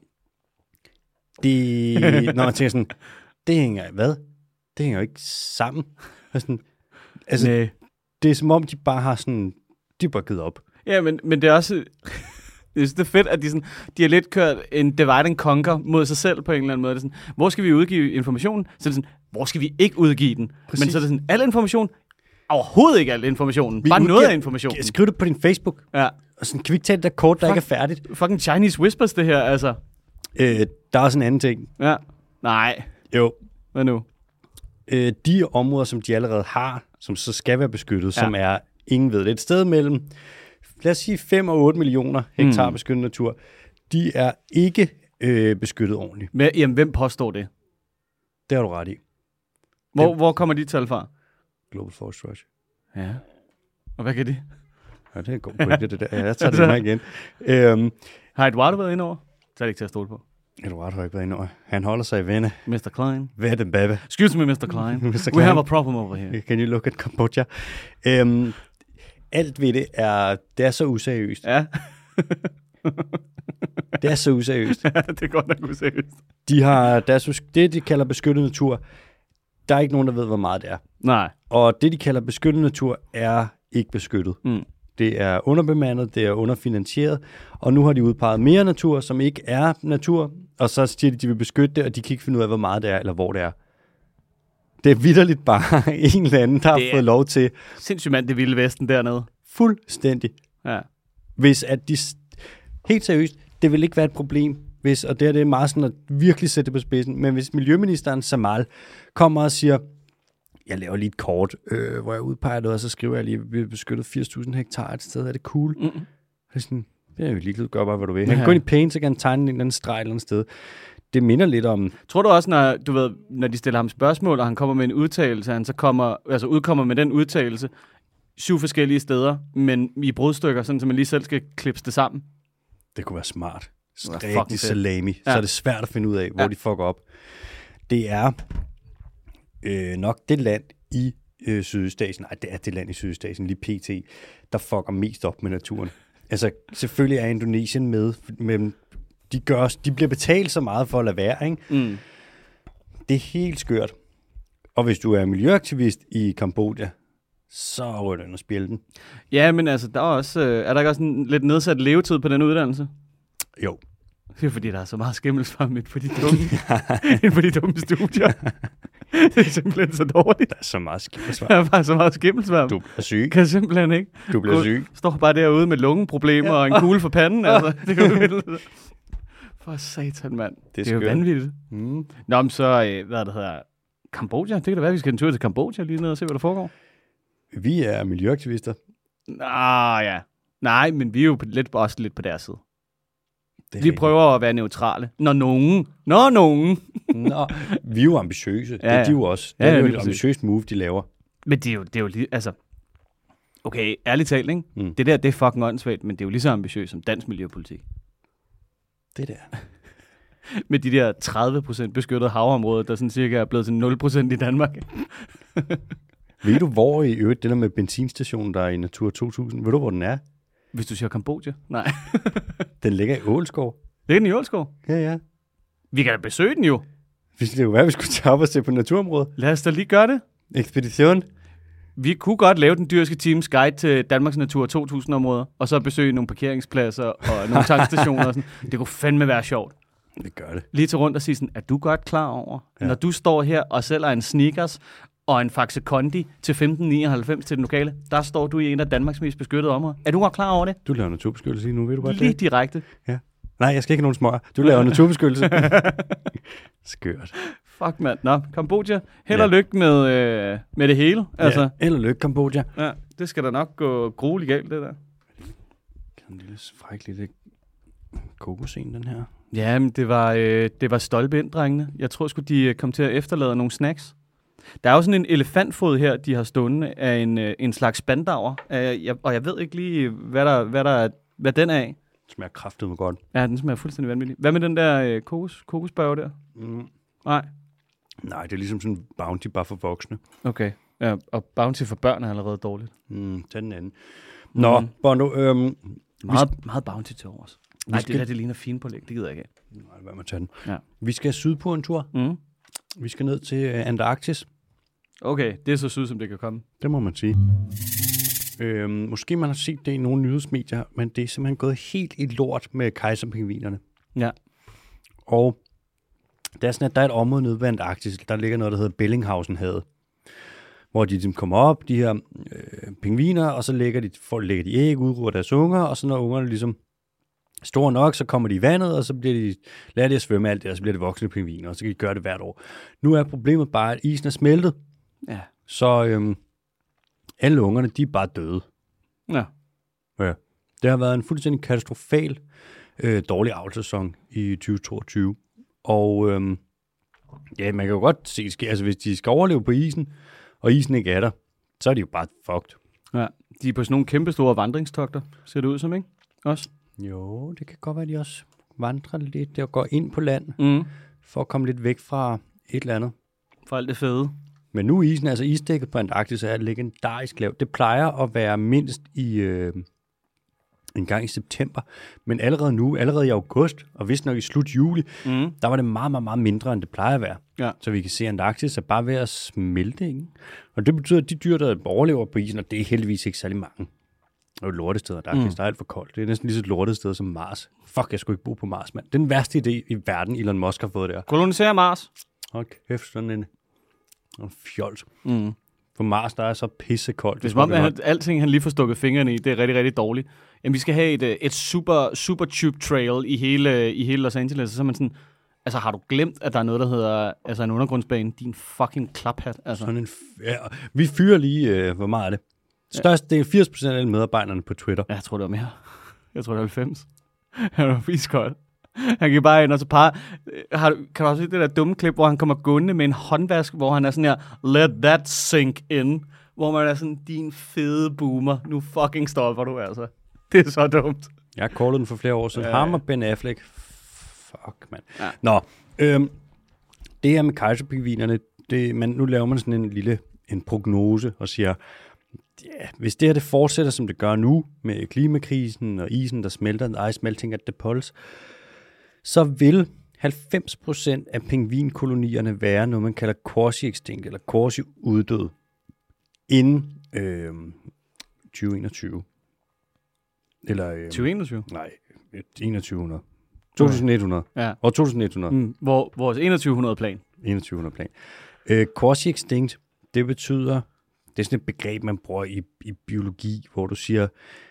det, når man tænker sådan, det hænger, hvad? Det hænger jo ikke sammen. Og sådan, altså, Nej. det er som om, de bare har sådan, de er bare givet op. Ja, men, men det er også... Jeg synes, det er fedt, at de, sådan, de har lidt kørt en divide and conquer mod sig selv på en eller anden måde. Det er sådan, hvor skal vi udgive informationen? Så er det sådan, hvor skal vi ikke udgive den? Præcis. Men så er det sådan, al information, overhovedet ikke al informationen. Vi Bare udgiver- noget af informationen. Skriv det på din Facebook, Ja. og sådan, kan vi ikke tage det der kort, der Fuck. ikke er færdigt? Fucking Chinese whispers, det her, altså. Øh, der er også en anden ting. Ja. Nej. Jo. Hvad nu? Øh, de områder, som de allerede har, som så skal være beskyttet, Ja. som er, ingen ved det, et sted mellem, lad os sige, fem og otte millioner hektar Mm. beskyttet natur, de er ikke øh, beskyttet ordentligt. Men, jamen, hvem påstår det? Det har du ret i. Hvor, Det- hvor kommer de tal fra? Global Forest Watch. Ja. Og hvad kan de? Ja, det er en god pointe, det der. Ja, jeg tager det med igen. Øhm, Har Eduardo været inde over? Så er det ikke til at stole på. Eduardo har ikke været inde over. Han holder sig i vende. mister Klein. Hvad er det, baby? Excuse me, mister Klein. mister We Klein. have a problem over here. Can you look at Cambodia? Øhm, alt ved det er, det er så useriøst. Ja. Det er så useriøst. det er godt nok useriøst. De har deres, det, de kalder beskyttet natur, der er ikke nogen, der ved, hvor meget det er. Nej. Og det, de kalder beskyttet natur, er ikke beskyttet. Mm. Det er underbemandet, det er underfinansieret, og nu har de udpeget mere natur, som ikke er natur, og så siger de, at de vil beskytte det, og de kan ikke finde ud af, hvor meget det er, eller hvor det er. Det er vitterligt bare en eller anden, der har Det er- fået lov til Sindssygt mand, det vilde vesten dernede. fuldstændig. Ja. Hvis at de, helt seriøst, det vil ikke være et problem, hvis, og det er det meget sådan at virkelig sætte det på spidsen, men hvis miljøministeren Samal kommer og siger, jeg laver lige et kort, øh, hvor jeg udpeger noget, og så skriver jeg lige, at vi har beskyttet firs tusind hektar et sted, er det cool? Mm. Det er sådan, det er jo ligeglad, gør bare, hvad du vil. Han Ja. kan gå ind i Paint, så kan han tegne en eller anden streg et eller andet sted. Det minder lidt om, Tror du også, når, du ved, når de stiller ham spørgsmål, og han kommer med en udtalelse, han så kommer, altså udkommer med den udtalelse, syv forskellige steder, men i brudstykker, sådan så man lige selv skal klippe det sammen? det kunne være smart. Det var Rigtig fucking fedt. salami. Så Ja. er det svært at finde ud af, hvor Ja. de fucker op. Det er øh, nok det land i øh, Sydøstasien, nej, det er det land i Sydøstasien, lige pt., der fucker mest op med naturen. Altså, selvfølgelig er Indonesien med, men de, gør, de bliver betalt så meget for at lade være, ikke? Mm. Det er helt skørt. Og hvis du er miljøaktivist i Kambodja, så ryger du ind og spille den. Ja, men altså, der er, også, øh, er der ikke også en lidt nedsat levetid på den uddannelse? Jo. Det er fordi, der er så meget skimmelsvarm midt på de dumme, inden for de dumme studier. Det er simpelthen så dårligt. Der er så meget skimmelsvær. Der er bare så meget skimmelsvarm. Du bliver syg. kan simpelthen ikke. Du bliver Gå- syg. Står bare derude med lungeproblemer og en kugle for panden. Altså. Det er jo vildt. For satan, mand. Det, det er jo skørt. vanvittigt. Mm. Nå, men så, øh, hvad det hedder, Kambodja. Det kan da være, vi skal en tur til Kambodja lige ned og se, hvad der foregår. Vi er miljøaktivister. Ah, ja. Nej, men vi er jo lidt, også lidt på deres side. Vi rigtigt. prøver at være neutrale. Når nogen. Når nogen. Nå, vi er jo ambitiøse. Det Ja, er ja. de jo også. Det Ja, er ja, jo lige et præcis. ambitiøst move, de laver. Men det er jo, det er jo lige, altså... Okay, ærligt talt, ikke? Mm. Det der, det er fucking åndssvagt, men det er jo lige så ambitiøst som dansk miljøpolitik. Det der. Med de der tredive procent beskyttede havområder, der sådan cirka er blevet til nul procent i Danmark. Ved du, hvor i øvrigt det der med benzinstationen, der er i Natur to tusind, ved du, hvor den er? Hvis du siger Kambodja? Nej. Den ligger i Ålskov. Det er den i Ålskov. Ja, ja. Vi kan da besøge den jo. Hvis det jo være, vi skulle tage op og se på naturområdet. Lad os da lige gøre det. Ekspedition. Vi kunne godt lave den dyrske teams guide til Danmarks Natur to tusind-områder, og så besøge nogle parkeringspladser og nogle tankstationer og sådan. Det kunne fandme være sjovt. Det gør det. Lige til rundt og sige sådan, er du godt klar over, Ja. ja. når du står her og sælger en Snickers og en Faxe Kondi til femten nioghalvfems til den lokale, der står du i en af Danmarks mest beskyttede områder. Er du godt klar over det? Du laver naturbeskyttelse lige nu, ved du godt Lige det? direkte. Nej, jeg skal ikke have nogen smøger. Du laver naturbeskyttelse. Skørt. Fuck, mand. Nå, Kambodja. Held og Ja. lykke med, øh, med det hele. Altså, Ja, eller lykke, Kambodja. ja, det skal da nok gå grueligt galt, det der. En lille fræk lille kokosen, den her. Ja, men det var, øh, det var stolpe ind, drengene. Jeg tror sgu, de øh, kom til at efterlade nogle snacks. Der er jo sådan en elefantfod her, de har stående af en, øh, en slags spandauer. Øh, jeg, og jeg ved ikke lige, hvad, der, hvad, der, er- hvad den er af. Det smager kraftedeme godt. Ja, den smager fuldstændig vanvittig. Hvad med den der øh, kokos, kokosbørge der? Mm. Nej. Nej, det er ligesom sådan en bounty bare for voksne. Okay. Ja, og Bounty for børn er allerede dårligt. Mm, tag den anden. Nå, Mm. Bono, øhm, Meget, meget Bounty til overs. Nej, skal- det der, det ligner finpålæg. Det gider jeg ikke af. nej, hvad med at tage den. Ja. Vi skal sydpå en tur. Mm. Vi skal ned til øh, Antarktis. Okay, det er så syd, som det kan komme. Det må man sige. Øhm, måske man har set det i nogle nyhedsmedier, men det er simpelthen gået helt i lort med kejserpingvinerne. Ja. Og der er, sådan, at der er et område nede ved Antarktis, der ligger noget, der hedder Bellinghausenhavet, hvor de ligesom kommer op, de her øh, pingviner, og så lægger de, får, lægger de æg, udruger deres unger, og så når ungerne ligesom store nok, så kommer de i vandet, og så bliver de, lærer de at svømme alt det, og så bliver det voksne pingviner, og så kan de gøre det hvert år. Nu er problemet bare, at isen er smeltet, Ja. så øhm, alle ungerne, de er bare døde. Ja. Ja. Det har været en fuldstændig katastrofal øh, dårlig avlsæson i tyve toogtyve. Og øhm, ja, man kan jo godt se, ske, altså hvis de skal overleve på isen, og isen ikke er der, så er de jo bare fucked. Ja. De er på sådan nogle kæmpe store vandringstogter, ser det ud som, ikke? Også. Jo, det kan godt være, at de også vandrer lidt og går ind på land, Mm. for at komme lidt væk fra et eller andet. For alt det fede. Men nu er isen, altså isdækket på Antarktis, er legendarisk lavt. Det plejer at være mindst i øh, en gang i september, men allerede nu, allerede i august, og vist nok i slut juli, Mm. der var det meget, meget, meget mindre, end det plejer at være. Ja. Så vi kan se, at Antarktis er bare ved at smelte, ikke? Og det betyder, at de dyr, der overlever på isen, og det er heldigvis ikke særlig mange. Det er jo et lortested, Antarktis, mm. der er alt for koldt. Det er næsten lige så et lortested som Mars. Fuck, jeg skulle ikke bo på Mars, mand. Det er den værste idé i verden, Elon Musk har fået der. Kolonisere Mars. Hold kæft, sådan en, en fjols. Mm. På Mars, der er så pissekoldt. Det er som om, at han- alting han lige får stukket fingrene i, det er rigtig, rigtig dårligt. Jamen, vi skal have et, øh, et super, super tube trail i hele, i hele Los Angeles, og så er man sådan, altså har du glemt, at der er noget, der hedder, altså en undergrundsbane, din fucking klaphat, altså. Sådan en f- ja, vi fyrer lige, øh, hvor meget er det? Størst, det er firs procent af alle medarbejderne på Twitter. Ja, jeg tror, det var mere. Jeg tror, det var halvfems. Han var fiskold. Han gik bare ind og så par. Har, du- kan du også se det der dumme klip, hvor han kommer gående med en håndvask, hvor han er sådan her, let that sink in. Hvor man er sådan, din fede boomer, nu fucking stopper du altså. Det er så dumt. Jeg har callet den for flere år siden. Ja, Ja, ja. Ham og Ben Affleck. Fuck, mand. Ja. Ja. Nå, øhm, det her med kejserpingvinerne, det, man, nu laver man sådan en lille en prognose og siger, ja, hvis det her det fortsætter, som det gør nu, med klimakrisen og isen, der smelter, ice melting at the poles, så vil halvfems procent af pingvinkolonierne være noget, man kalder quasi-extinct, eller quasi-uddød, inden øh, tyve enogtyve. Eller, øh, tyve enogtyve. nej, enogtyve hundrede. to tusind et hundrede. Ja. Og to tusind et hundrede. Mm, hvor, vores enogtyve hundrede plan. enogtyve hundrede plan. Øh, quasi-extinct, det betyder, det er sådan et begreb, man bruger i, i biologi, hvor du siger,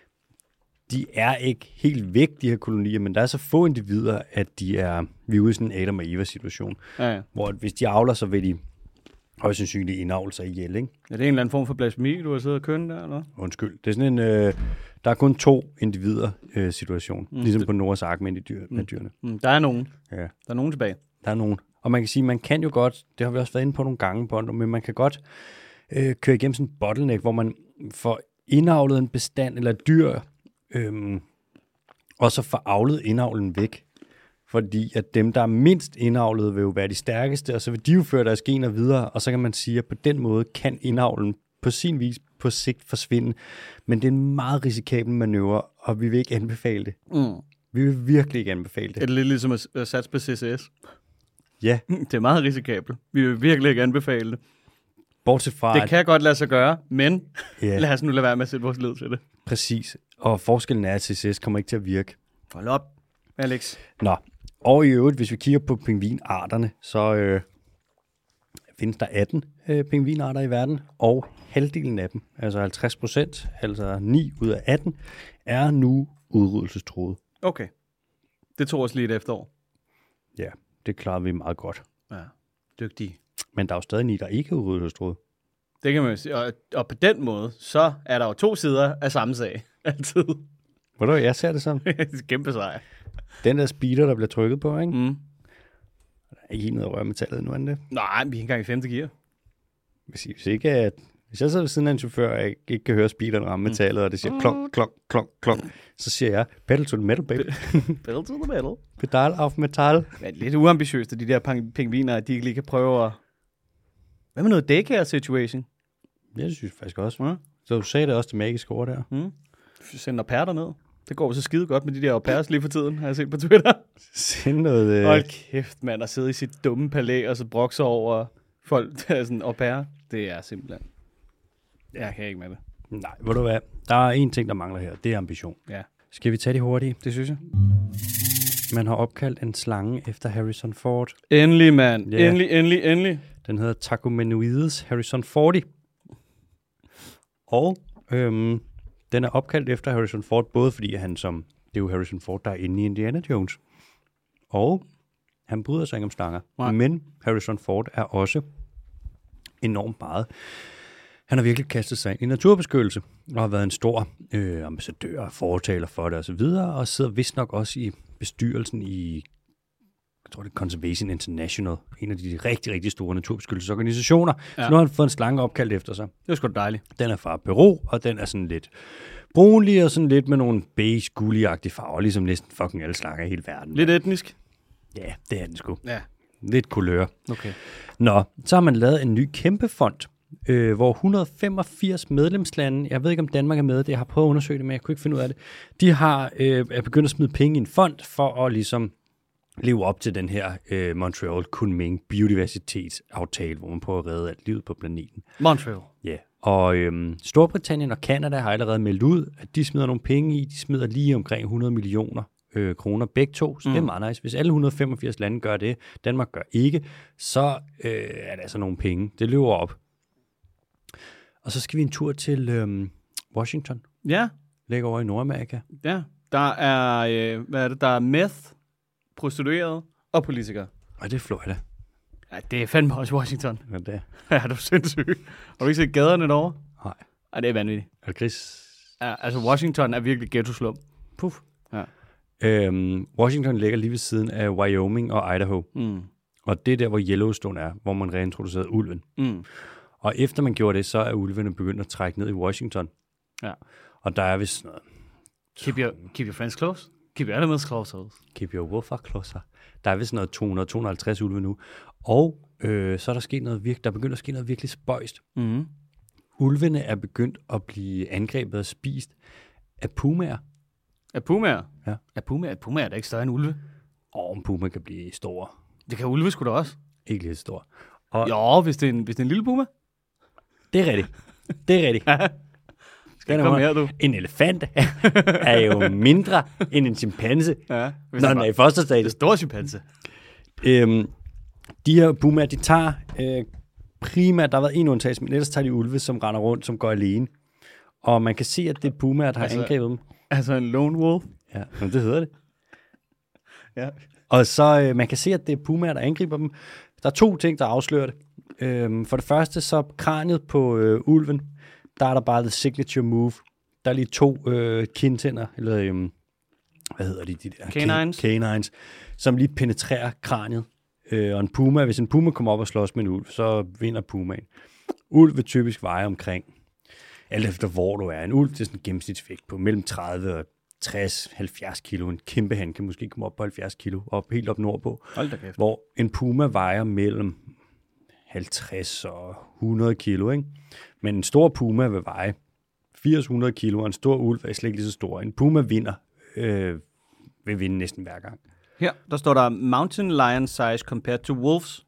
de er ikke helt væk, de her kolonier, men der er så få individer, at de er, vi er ude i sådan en Adam og Eva situation, Ja, ja. hvor at hvis de avler, så vil de højst sandsynligt indavle sig ihjel, ikke? Er det en eller anden form for blasfemi, du har siddet og kønt der, eller? Undskyld. Det er sådan en, øh, der er kun to individer øh, situation, mm. ligesom på Noahs ark med, de dyr, mm. med dyrene. Mm. Der er nogen. Ja. Der er nogen tilbage. Der er nogen. Og man kan sige, man kan jo godt, det har vi også været inde på nogle gange, Bondo, men man kan godt øh, køre igennem sådan en bottleneck, hvor man får indavlet en bestand eller et dyr, øh, og så får avlet indavlen væk. Fordi at dem, der er mindst indavlet, vil jo være de stærkeste, og så vil de jo føre deres gener videre, og så kan man sige, at på den måde kan indavlen på sin vis på sigt forsvinde. Men det er en meget risikabel manøvre, og vi vil ikke anbefale det. Mm. Vi vil virkelig ikke anbefale det. Er det lidt ligesom at, at satse på C C S? Ja. Det er meget risikabelt. Vi vil virkelig ikke anbefale det. Bortset fra... Det kan godt lade sig gøre, men ja. Lad os nu lade være med at sætte vores lid til det. Præcis. Og forskellen er, at C C S kommer ikke til at virke. Hold op, Alex. Nå, og i øvrigt, hvis vi kigger på pingvinarterne, så øh, findes der atten øh, pingvinarter i verden, og halvdelen af dem, altså halvtreds procent, altså ni ud af atten, er nu udryddelsestruede. Okay. Det tog os lige et efterår. Ja, det klarede vi meget godt. Ja, dygtige. Men der er jo stadig ni, der ikke er udryddelsestruede. Det kan man jo sige. Og, og på den måde, så er der jo to sider af samme sag. Altid. Hvordan jeg ser det som? Kæmpe sejr. Den der speeder, der bliver trykket på, ikke? Mm. Der er ikke noget at røre metallet nu, end det. Nej, vi er ikke engang i femte gear. Hvis, hvis ikke at... Hvis jeg sidder ved siden af en chauffør, og jeg ikke kan høre speederen ramme metallet, og det siger klonk, klonk, klonk, klonk, så siger jeg, pedal to the metal, baby. Pedal to the metal. Pedal auf metal. Men lidt uambitiøst, at de der ping- pingviner, at de ikke lige kan prøve at... Hvad med noget daycare situation? Ja, det synes jeg faktisk også. Ja. Så du sagde det også, det magiske ord der. Mm. Send au pair derned. Det går så skide godt med de der au pairs lige for tiden, har jeg set på Twitter. Send noget... Øh... Hold kæft, mand, at sidde i sit dumme palæ, og så brokse over folk, der er sådan au pair. Det er simpelthen... Jeg kan ikke med det. Nej, ved du hvad? Der er en ting, der mangler her. Det er ambition. Ja. Skal vi tage de hurtige? Det synes jeg. Man har opkaldt en slange efter Harrison Ford. Endelig, mand. Yeah. Endelig, endelig, endelig. Den hedder Tacomanoides Harrison Fordi. Og øhm, den er opkaldt efter Harrison Ford, både fordi han som... Det er jo Harrison Ford, der er inde i Indiana Jones. Og han bryder sig ikke om slanger. Nej. Men Harrison Ford er også enormt meget... Han har virkelig kastet sig ind i naturbeskyttelse, og har været en stor øh, ambassadør og fortaler for det osv., og, og sidder vist nok også i bestyrelsen i, jeg tror det er Conservation International, en af de rigtig, rigtig store naturbeskyttelsesorganisationer. Ja. Så nu har han fået en slange opkaldt efter sig. Det er sgu dejligt. Den er fra Peru, og den er sådan lidt brunlig og sådan lidt med nogle beige, gulligagtige farver, ligesom næsten fucking alle slanger i hele verden. Lidt etnisk? Ja, det er den sgu. Ja. Lidt kulør. Okay. Nå, så har man lavet en ny kæmpe fond, Øh, hvor et hundrede og femogfirs medlemslande, jeg ved ikke om Danmark er med, det jeg har prøvet at undersøge det, men jeg kunne ikke finde ud af det, de har øh, er begyndt at smide penge i en fond for at ligesom leve op til den her øh, Montreal Kunming biodiversitetsaftale, hvor man prøver at redde alt livet på planeten. Montreal. Ja, yeah. Og øh, Storbritannien og Canada har allerede meldt ud, at de smider nogle penge i, de smider lige omkring hundrede millioner øh, kroner begge to, så mm. det er meget nice. Hvis alle et hundrede og femogfirs lande gør det, Danmark gør ikke, så øh, er der altså nogle penge. Det løber op. Og så skal vi en tur til øhm, Washington. Ja. Ligger over i Nordamerika. Ja. Der er, øh, hvad er det? Der er meth, prostituerede og politikere. Og det er Florida. Ja, det er fandme også Washington. Ja, det er. Ja, du er sindssyg. Har du ikke set gaderne derovre? Nej. Ja, det er vanvittigt. Er det gris? Ja, altså Washington er virkelig ghetto-slum. Puff. Ja. Øhm, Washington ligger lige ved siden af Wyoming og Idaho. Mm. Og det er der, hvor Yellowstone er, hvor man reintroducerede ulven. Mm. Og efter man gjorde det, så er ulvene begyndt at trække ned i Washington. Ja. Og der er vist sådan noget... Keep your, keep your friends close. Keep your enemies close. Keep your wolf closer. Der er vist sådan noget to hundrede til to hundrede og halvtreds ulve nu. Og øh, så er der sket noget virkelig, der er begyndt at ske noget virkelig spøjst. Mm. Ulvene er begyndt at blive angrebet og spist af pumaer. Af pumaer? Ja. Af pumaer? Pumaer er da ikke større end ulve. Og en puma kan blive stor. Det kan ulve sgu da også. Ikke lidt stor. Og jo, hvis det, er en, hvis det er en lille puma. Det er rigtigt. Det er rigtigt. Skal jeg komme her, du? En elefant er jo mindre end en chimpanse, ja, når den er i fosterstadiet. Det er stor chimpanse. Øhm, de her pumaer, de tager øh, primært, der har været en undtagelse, men ellers tager de ulve, som render rundt, som går alene. Og man kan se, at det er pumaer, der har altså, angrebet dem. Altså en lone wolf? Ja, men det hedder det. Ja. Og så øh, man kan se, at det er pumaer, der angriber dem. Der er to ting, der afslører det. Øhm, for det første, så kraniet på øh, ulven, der er der bare the signature move. Der er lige to øh, kindtænder, eller øhm, hvad hedder de? de der? Canines. Canines, som lige penetrerer kraniet. Øh, og en puma, hvis en puma kommer op og slås med en ulv, så vinder pumaen. Ulv vil typisk veje omkring, alt efter hvor du er. En ulv, det er sådan en gennemsnitsvægt på mellem tredive og tres til halvfjerds kilo. En kæmpe han kan måske komme op på halvfjerds kilo, op, helt op nordpå. Hold da kæft. Hvor en puma vejer mellem halvtreds og hundrede kilo, ikke? Men en stor puma vil veje firs til hundrede kilo, og en stor ulv er slet ikke lige så stor. En puma vinder, øh, vil vinde næsten hver gang. Her, der står der mountain lion size compared to wolves,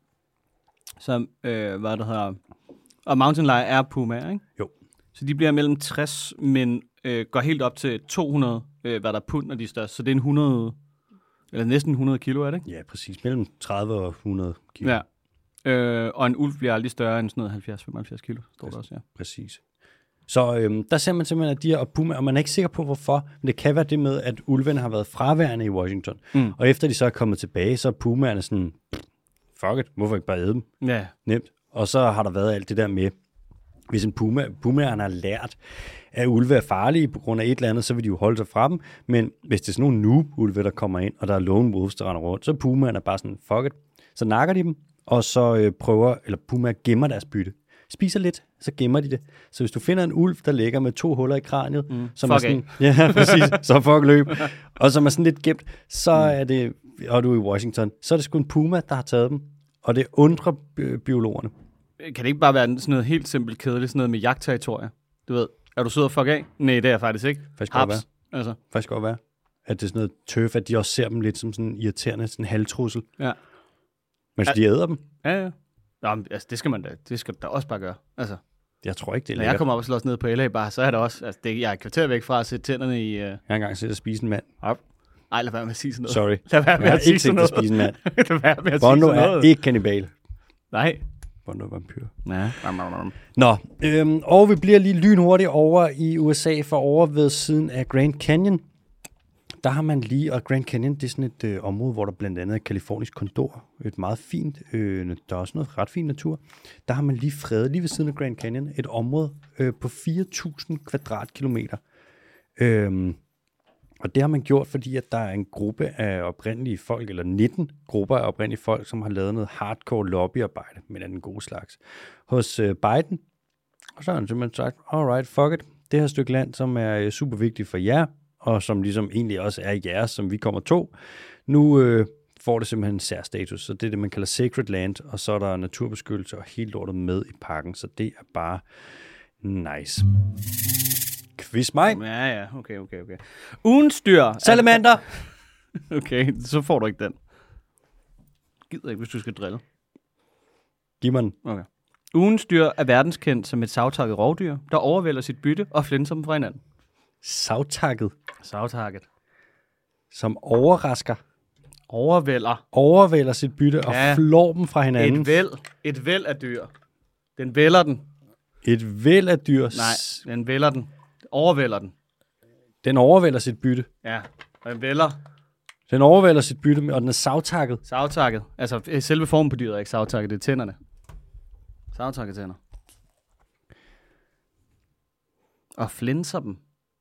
som, øh, hvad det hedder, og mountain lion er pumaer, ikke? Jo. Så de bliver mellem tres, men øh, går helt op til to hundrede, øh, hvad der er pund, når de er størst. Så det er en hundrede, eller næsten hundrede kilo, er det ikke? Ja, præcis. Mellem tredive og hundrede kilo. Ja. Øh, og en ulv bliver aldrig større end sådan noget halvfjerds til femoghalvfjerds kilo, står der også, ja. Præcis. Så øhm, der ser man simpelthen, at de her og puma, og man er ikke sikker på, hvorfor, men det kan være det med, at ulvene har været fraværende i Washington. Mm. Og efter de så er kommet tilbage, så er pumaerne sådan, fuck it, hvorfor ikke bare æde dem? Ja. Nemt. Og så har der været alt det der med, hvis en puma, pumaerne har lært, at ulve er farlige på grund af et eller andet, så vil de jo holde sig fra dem. Men hvis det er sådan nogle noob-ulve, der kommer ind, og der er lone wolves, der render rundt, så er pumaerne bare sådan, fuck it. Så nakker de dem, og så øh, prøver, eller pumaer gemmer deres bytte. Spiser lidt, så gemmer de det. Så hvis du finder en ulv, der ligger med to huller i kraniet, mm. som fuck er sådan, ja, præcis, så fuck løb, og som er sådan lidt gemt, så mm. er det, og du er i Washington, så er det sgu en puma, der har taget dem, og det undrer bi- biologerne. Kan det ikke bare være sådan noget helt simpelt kedeligt, sådan noget med jagtterritorier? Du ved, er du sød og fuck af? Nej, det er jeg faktisk ikke. Faktisk godt være. Altså. Faktisk godt være. At det er sådan noget tøf, at de også ser dem lidt som sådan irriterende, sådan en halvtrussel. Ja. Men så de æder dem. Ja, ja. Nå, men, altså, det skal man da, det skal du da også bare gøre. Altså, jeg tror ikke, det er når lækkert. jeg kommer op og slås ned på L A bare, så er det også, altså, det, jeg er et kvarter væk fra at sætte tænderne i... Uh... Jeg har engang set at spise en mand. Op. Ej, lad være med at sige sådan noget. Sorry. Lad være med jeg at sige sådan noget. Jeg har ikke set at spise en mand. Lad være med at Bondo sige sådan noget. er ikke kannibal. Nej. Bondo er vampyr. Ja. Nå, øhm, og vi bliver lige lynhurtigt over i U S A, for over ved siden af Grand Canyon. Der har man lige, og Grand Canyon, det er sådan et øh, område, hvor der blandt andet er kalifornisk kondor. Et meget fint, øh, der er også noget ret fin natur. Der har man lige fredet, lige ved siden af Grand Canyon, et område øh, på fire tusind kvadratkilometer. Øhm, og det har man gjort, fordi at der er en gruppe af oprindelige folk, eller nitten grupper af oprindelige folk, som har lavet noget hardcore lobbyarbejde, men af den gode slags, hos øh, Biden. Og så har han simpelthen sagt, alright, fuck it. Det her stykke land, som er øh, super vigtigt for jer, og som ligesom egentlig også er jeres, som vi kommer to, nu øh, får det simpelthen en særstatus. Så det er det, man kalder sacred land, og så er der naturbeskyttelse og helt lortet med i pakken, så det er bare nice. Quiz mig. Ja, ja, okay, okay, okay. Ugens dyr. Salamander. Okay, så får du ikke den. Gider ikke, hvis du skal drille. Giv mig den. Okay. Ugens dyr er verdenskendt som et savtakket rovdyr, der overvælder sit bytte og flænser dem fra hinanden. Savtakket. Savtakket. Som overrasker. Overvælder. Overvælder sit bytte og ja. flår dem fra hinanden. Et væld. Et væld af dyr. Den vælger den. Et væld af dyr. Nej, den vælger den. Overvælder den. Den overvælder sit bytte. Ja, og den vælger. Den overvælder sit bytte, og den er savtakket. Savtakket. Altså, selve formen på dyret er ikke savtakket, det er tænderne. Savtakket tænder. Og flænser dem.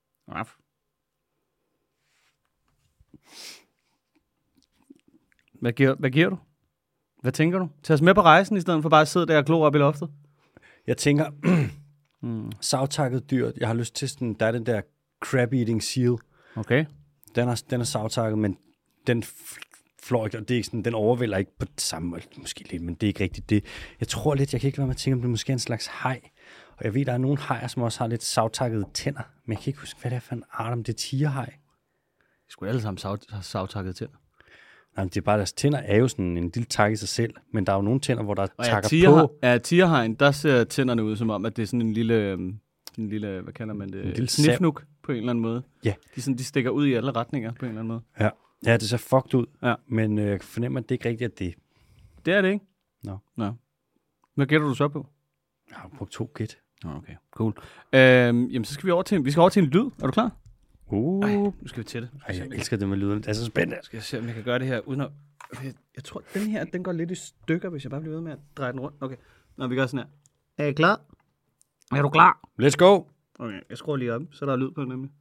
Hvad giver, hvad giver du? Hvad tænker du? Tag os med på rejsen, i stedet for bare at sidde der og glo op i loftet. Jeg tænker, mm. savtakket dyr, jeg har lyst til sådan, der er den der crab-eating seal. Okay. Den er, den er savtakket, men den flår ikke, og det er ikke sådan, den overvælder ikke på det samme måde, måske lidt, men det er ikke rigtigt det. Jeg tror lidt, jeg kan ikke være med at tænke, om det måske er en slags haj. Og jeg ved, der er nogle hajer, som også har lidt savtakkede tænder, men jeg kan ikke huske, hvad det er for en art, om det er tigerhaj. De skulle alle sammen sav, savtakkede tænder. Nej, det er bare, deres tænder er jo sådan en lille tak i sig selv, men der er jo nogle tænder, hvor der og takker tiger, på. Ja, tigerhajen, der ser tænderne ud som om, at det er sådan en lille, en lille hvad kalder man det? En lille snifnuk på en eller anden måde. Ja. De, sådan, de stikker ud i alle retninger på en eller anden måde. Ja, ja det ser fucked ud, ja. men øh, jeg fornemmer, at det ikke rigtigt er det. Det er det, ikke? Nå. Nå. Hvad gætter du så på? Jeg har brugt to gæt. Okay, cool. Øhm, jamen, så skal vi over til, vi skal over til en lyd. Er du klar? Uh. Ej, nu skal vi til det. Ej, jeg elsker det med lyden. Det er så spændende. Skal jeg se, om jeg kan gøre det her uden at... Okay, jeg tror, den her, den går lidt i stykker, hvis jeg bare bliver ved med at dreje den rundt. Okay, nå, vi gør sådan her. Er I klar? Er du klar? Let's go. Okay, jeg skruer lige op, så der er lyd på nemlig.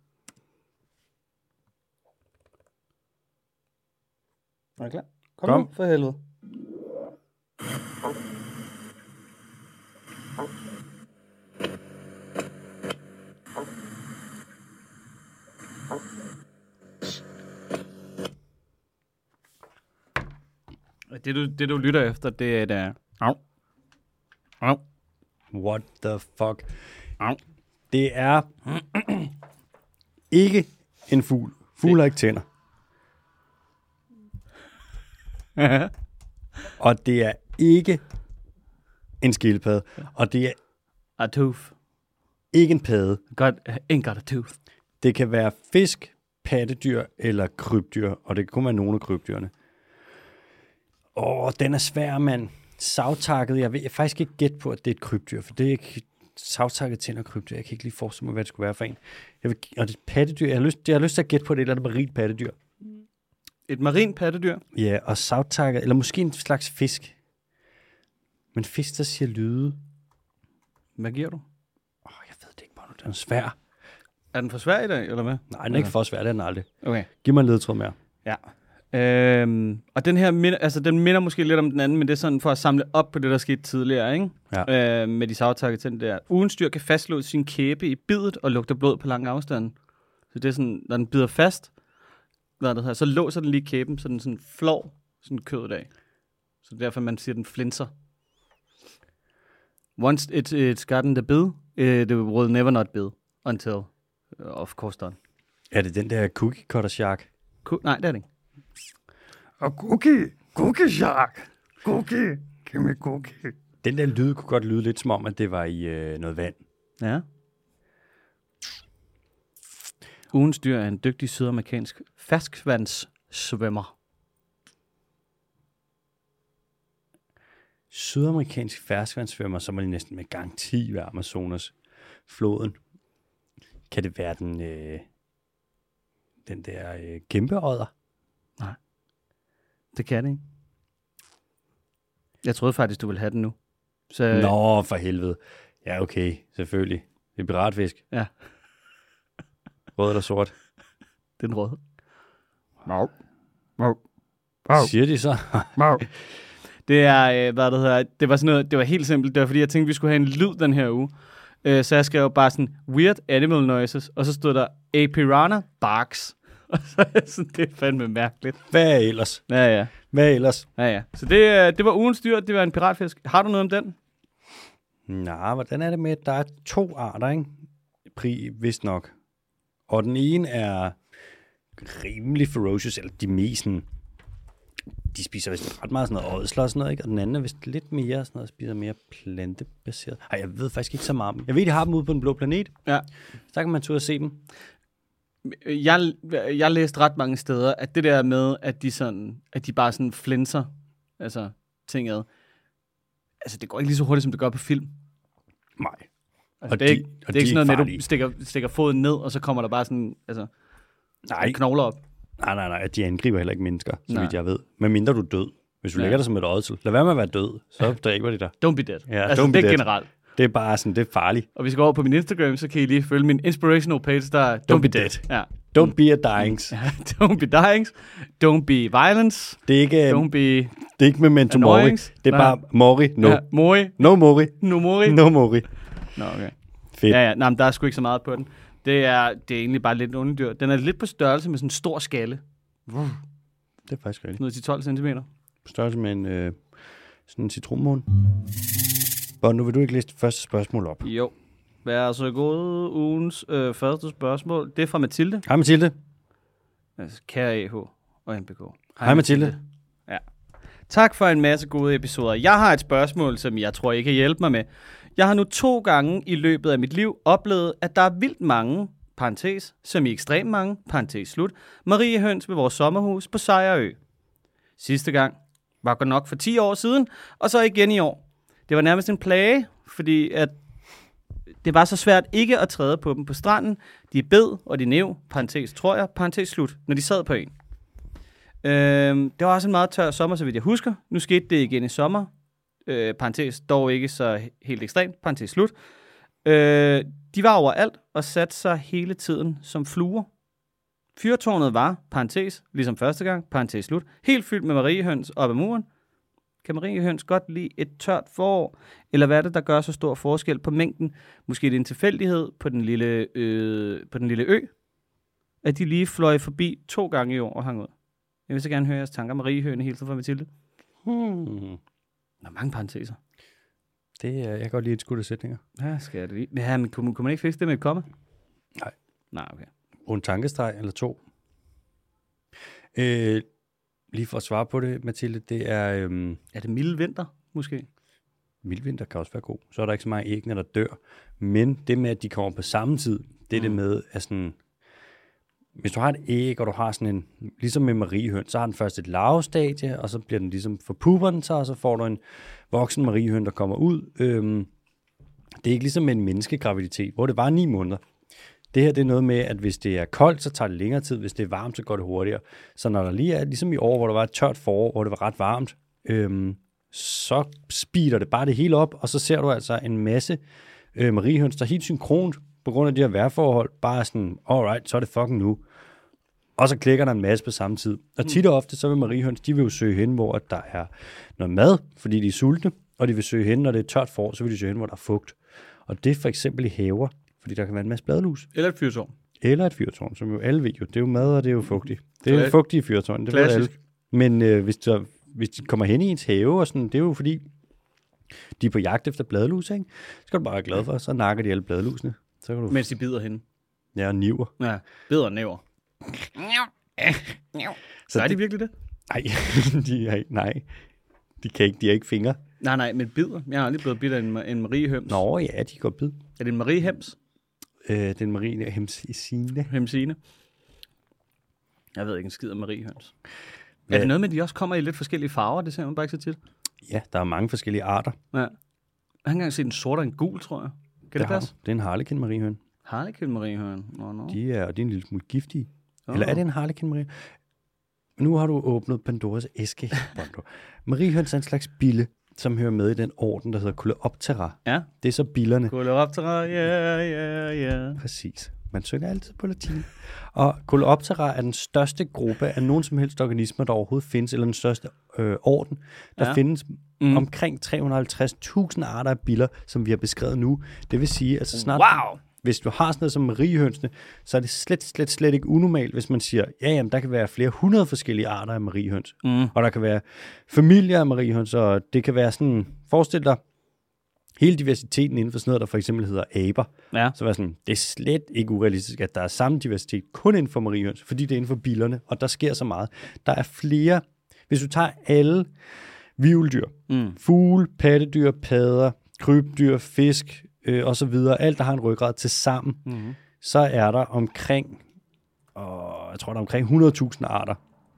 Er I klar? Kom, Kom. Nu, for helvede. Det du, det, du lytter efter, det er der. Au. Au. What the fuck? Au. Det er ikke en fugl. Fugle har ikke tænder. Og det er ikke en skildpadde. Og det er A tooth. ikke en padde. God, ain't got a tooth. Det kan være fisk, pattedyr eller krybdyr. Og det kan kun være nogle af krybdyrene. Åh, den er svær, mand. Savtakket. Jeg vil faktisk ikke gætte på, at det er et krybdyr, for det er ikke savtakket tænder krybdyr. Jeg kan ikke lige forestille mig, hvad det skulle være for en. Jeg vil, og det er pattedyr. Jeg har, lyst, jeg har lyst til at gætte på, at det er et eller andet marint pattedyr. Et marint pattedyr? Ja, og savtakket, eller måske en slags fisk. Men fisk, der siger lyde. Hvad giver du? Åh, jeg ved det ikke, Bono. Den er svær. Er den for svær i dag, eller hvad? Nej, den er ikke for svær, det er den aldrig. Okay. Giv mig en ledtråd mere. Ja. Øhm, og den her minder, altså den minder måske lidt om den anden, men det er sådan for at samle op på det, der skete tidligere, ikke? Ja. Øh, med de savtakkede tænder der. Ugens dyr kan fastslå sin kæbe i bidet og lugter blod på lang afstand. Så det er sådan, når den bider fast, hvad det her, så låser den lige kæben, så den sådan flår sådan kødet af. Så derfor man siger, den flinser. Once it, it's gotten the bid, it will never not bid until, uh, of course done. Er det den der cookie cutter shark? Ko- Nej, det er det ikke. Og cookie, cookie shark, cookie, giv me cookie. Den der lyd kunne godt lyde lidt som om, at det var i øh, noget vand. Ja. Ugens dyr er en dygtig sydamerikansk ferskvandssvømmer. Sydamerikansk ferskvandssvømmer, så må de næsten med garanti være Amazonas floden. Kan det være den, øh, den der øh, kæmpeodder? Nej, det kan det ikke. Jeg troede faktisk, du ville have den nu. Så... Nå, for helvede. Ja, okay, selvfølgelig. Det er piratfisk. Ja. Rød eller sort? Det er den røde. Mau. Mau. Mau. Siger de så? Mau. Det er, øh, hvad det hedder, det var sådan noget, det var helt simpelt. Det var fordi, jeg tænkte, vi skulle have en lyd den her uge. Øh, så jeg skrev bare sådan, weird animal noises, og så stod der, a piranha barks. Og så er sådan, det er fandme mærkeligt. Hvad er ellers? Ja, ja. Hvad er ellers? Ja, ja. Så det, det var ugens dyr, det var en piratfisk. Har du noget om den? Nej, hvordan er det med, at der er to arter, ikke? Pri, vist nok. Og den ene er rimelig ferocious, eller de mest sådan, de spiser vist ret meget sådan noget ådsler og sådan noget, ikke? Og den anden er vist lidt mere sådan noget, spiser mere plantebaseret. Ej, jeg ved faktisk ikke så meget om dem. Jeg ved, de har dem ude på Den Blå Planet. Ja. Så kan man tage ud og se dem. Jeg, jeg læste ret mange steder, at det der med, at de, sådan, at de bare sådan flinser, altså tinget, altså det går ikke lige så hurtigt, som det gør på film. Nej. Altså, det er, de, ikke, det er de ikke sådan noget, at du stikker, stikker foden ned, og så kommer der bare sådan, altså, nej. knogler op. Nej, nej, nej, de angriber heller ikke mennesker, så nej. Vidt jeg ved. Men mindre du er død. Hvis du ja. lægger dig som et ådsel, lad være med at være død, så dræber de dig. Don't be dead. Ja, altså, don't det be er dead. generelt. Det er bare sådan, det er farligt. Og hvis I går over på min Instagram, så kan I lige følge min inspirational page, der er Don't, don't be dead. dead. Ja. Don't be a dyings. Ja, don't be dyings. Don't be violence. Det er ikke, don't be det er ikke memento mori. Det er Nej. bare mori. No. Ja, mori. No mori. No mori. No mori. Nå, okay. Fedt. Ja, ja. Nej, men der er sgu ikke så meget på den. Det er, det er egentlig bare lidt en underdyr. Den er lidt på størrelse med sådan en stor skalle. Det er faktisk rigtigt. Noget til tolv centimeter. På størrelse med en, øh, sådan en citronmåne. Og nu vil du ikke læse det første spørgsmål op. Jo. Vær så god, ugens øh, første spørgsmål. Det er fra Mathilde. Hej Mathilde. Altså, kære A H og M B K. Hej, Hej Mathilde. Mathilde. Ja. Tak for en masse gode episoder. Jeg har et spørgsmål, som jeg tror, I kan hjælpe mig med. Jeg har nu to gange i løbet af mit liv oplevet, at der er vildt mange, parentes, som i ekstremt mange, parentes slut, Marie Høns ved vores sommerhus på Sejrø. Sidste gang var godt nok for ti år siden, og så igen i år. Det var nærmest en plage, fordi at Det var så svært ikke at træde på dem på stranden. De bed, og de næv, parentes tror jeg, parentes slut, når de sad på en. Øhm, det var også en meget tør sommer, så vidt jeg husker. Nu skete det igen i sommer. Øh, parentes dog ikke så helt ekstremt, parentes slut. Øh, de var overalt og satte sig hele tiden som fluer. Fyrtårnet var, parentes, ligesom første gang, parentes slut, helt fyldt med mariehøns op ad muren. Kan mariehøns godt lide et tørt forår? Eller hvad er det, der gør så stor forskel på mængden? Måske det er en tilfældighed på den lille, øh, på den lille ø, at de lige fløj forbi to gange i år og hang ud. Jeg vil så gerne høre jeres tanker. Mariehøne hilser fra Mathilde. Hmm. Der er mange parenteser. Det er, jeg kan godt lide et skudt af sætninger. Ja, skal jeg det lige. Ja, men kunne, kunne man ikke fikse det med et komma? Nej. Nej, okay. Og en tankestreg eller to. Øh, lige for at svare på det, Mathilde, det er... Øhm, er det mild vinter, måske? Mildvinter kan også være god. Så er der ikke så mange æggene, der dør. Men det med, at de kommer på samme tid, det er mm. det med, at sådan... Hvis du har et æg, og du har sådan en... Ligesom med mariehøn, så har den først et larvestadie, og så bliver den ligesom forpupper den sig, og så får du en voksen mariehøn, der kommer ud. Øhm, det er ikke ligesom med en menneskegraviditet, hvor det var ni måneder. Det her, det er noget med, at hvis det er koldt, så tager det længere tid. Hvis det er varmt, så går det hurtigere. Så når der lige er, ligesom i år, hvor der var et tørt forår, hvor det var ret varmt, øhm, så speeder det bare det hele op, og så ser du altså en masse øh, mariehøns, der helt synkront, på grund af de her vejrforhold, bare sådan, alright, så er det fucking nu. Og så klikker der en masse på samme tid. Og tit og ofte, så vil mariehøns, de vil jo søge hen, hvor der er noget mad, fordi de er sultne, og de vil søge hen, når det er tørt forår, så vil de søge hen, hvor der er fugt. Og det er for eksempel i haver, fordi der kan være en masse bladlus. Eller et fyrtårn. Eller et fyrtårn, som jo alle ved jo. Det er jo mad, og det er jo fugtigt. Det er jo fugtige fyrtårn, det Klassisk. ved alle. Men øh, hvis, der, hvis de kommer hen i ens have, og sådan, det er jo fordi, de er på jagt efter bladlus, ikke? Så skal du bare være glad for, så nakker de alle bladlusene. Så kan du... Mens de bider hende. Ja, og niver. Ja, bider og næver. Så er de virkelig det? Nej, de er ikke, nej. De kan ikke, de har ikke fingre. Nej, nej, men bider. Jeg har aldrig blevet bidt af en, en mariehøns. Nå ja, de går bid. Er det en mariehems? Øh, det er en mariehemsine. Hemsine. Jeg ved ikke en skid om mariehøns. Ja. Er det noget med, at de også kommer i lidt forskellige farver? Det ser man bare ikke så tit. Ja, der er mange forskellige arter. Ja. Jeg har engang set en sort og en gul, tror jeg. Kan det, det passe? Det er en harlekin mariehøn. Harlekin mariehøn? No, no. De er, og de er en lille smule giftige. Oh. Eller er det en harlekin mariehøn? Nu har du åbnet Pandoras æske. Mariehøns er en slags bille, som hører med i den orden, der hedder Coleoptera. Ja. Det er så billerne. Coleoptera, ja, ja, ja. Præcis. Man synger altid på latin. Og Coleoptera er den største gruppe af nogen som helst organismer, der overhovedet findes, eller den største øh, orden. Der ja. findes mm. omkring tre hundrede og halvtreds tusind arter af biller, som vi har beskrevet nu. Det vil sige, altså snart... Wow! Hvis du har sådan noget som mariehønsene, så er det slet, slet, slet ikke unormalt, hvis man siger, ja, jamen, der kan være flere hundrede forskellige arter af mariehøns. Mm. Og der kan være familier af mariehøns, og det kan være sådan, forestil dig, hele diversiteten inden for sådan noget, der for eksempel hedder aber. Ja. Så var sådan, det er slet ikke urealistisk, at der er samme diversitet kun inden for mariehøns, fordi det er inden for billerne, og der sker så meget. Der er flere, hvis du tager alle hvirveldyr, mm. fugle, pattedyr, padder, krybdyr, fisk, øh, og så videre, alt der har en ryggrad til sammen, mm. så er der omkring, åh, jeg tror der er omkring hundrede tusind arter.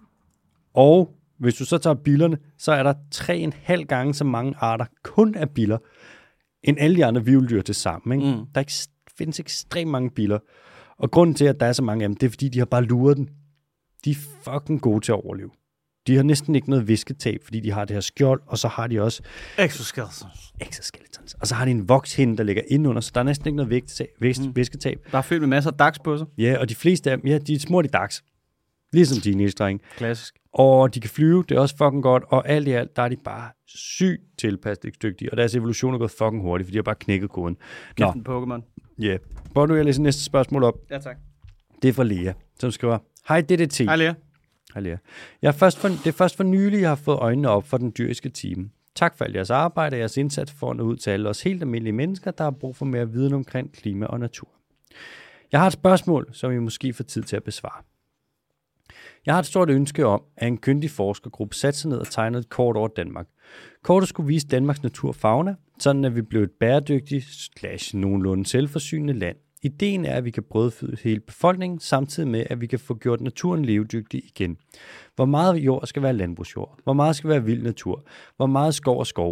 Og hvis du så tager billerne, så er der tre og en halv gange så mange arter kun af biller, end alle de andre hvirveldyr til sammen. Ikke? Mm. Der ikke, findes ekstremt mange biller. Og grunden til, at der er så mange af dem, det er, fordi de har bare luret den. De er fucking gode til at overleve. De har næsten ikke noget visketab, fordi de har det her skjold, og så har de også... Exoskeletons. Exoskeletons. Og så har de en vokshinde, der ligger indunder, så der er næsten ikke noget vægttab, vægst, mm. visketab. Der er fyldt med masser af dags på sig. Ja, og de fleste af dem, ja, de er små de dags. Ligesom teenage-drenge. Klassisk. Og de kan flyve, det er også fucking godt, og alt i alt, der er de bare sygt tilpasningsdygtige, og deres evolution er gået fucking hurtigt, fordi de har bare knækket koden. Nå. En Pokémon. Ja. Yeah. Hvor nu jeg læser næste spørgsmål op. Ja, tak. Det er fra Lea, som skriver, hej D D T. Hej Lea. Hej Lea. Jeg er først for, det er først for nylig, jeg har fået øjnene op for den dyriske time. Tak for alt jeres arbejde og jeres indsats for at nå ud til alle os helt almindelige mennesker, der har brug for mere viden omkring klima og natur. Jeg har et spørgsmål, som I måske får tid til at besvare. Jeg har et stort ønske om, at en kyndig forskergruppe satte sig ned og tegnede et kort over Danmark. Kortet skulle vise Danmarks natur og fauna, sådan at vi blev et bæredygtigt, slash nogenlunde selvforsynende land. Ideen er, at vi kan brødføde hele befolkningen, samtidig med, at vi kan få gjort naturen levedygtig igen. Hvor meget jord skal være landbrugsjord? Hvor meget skal være vild natur? Hvor meget skov og skovbrug?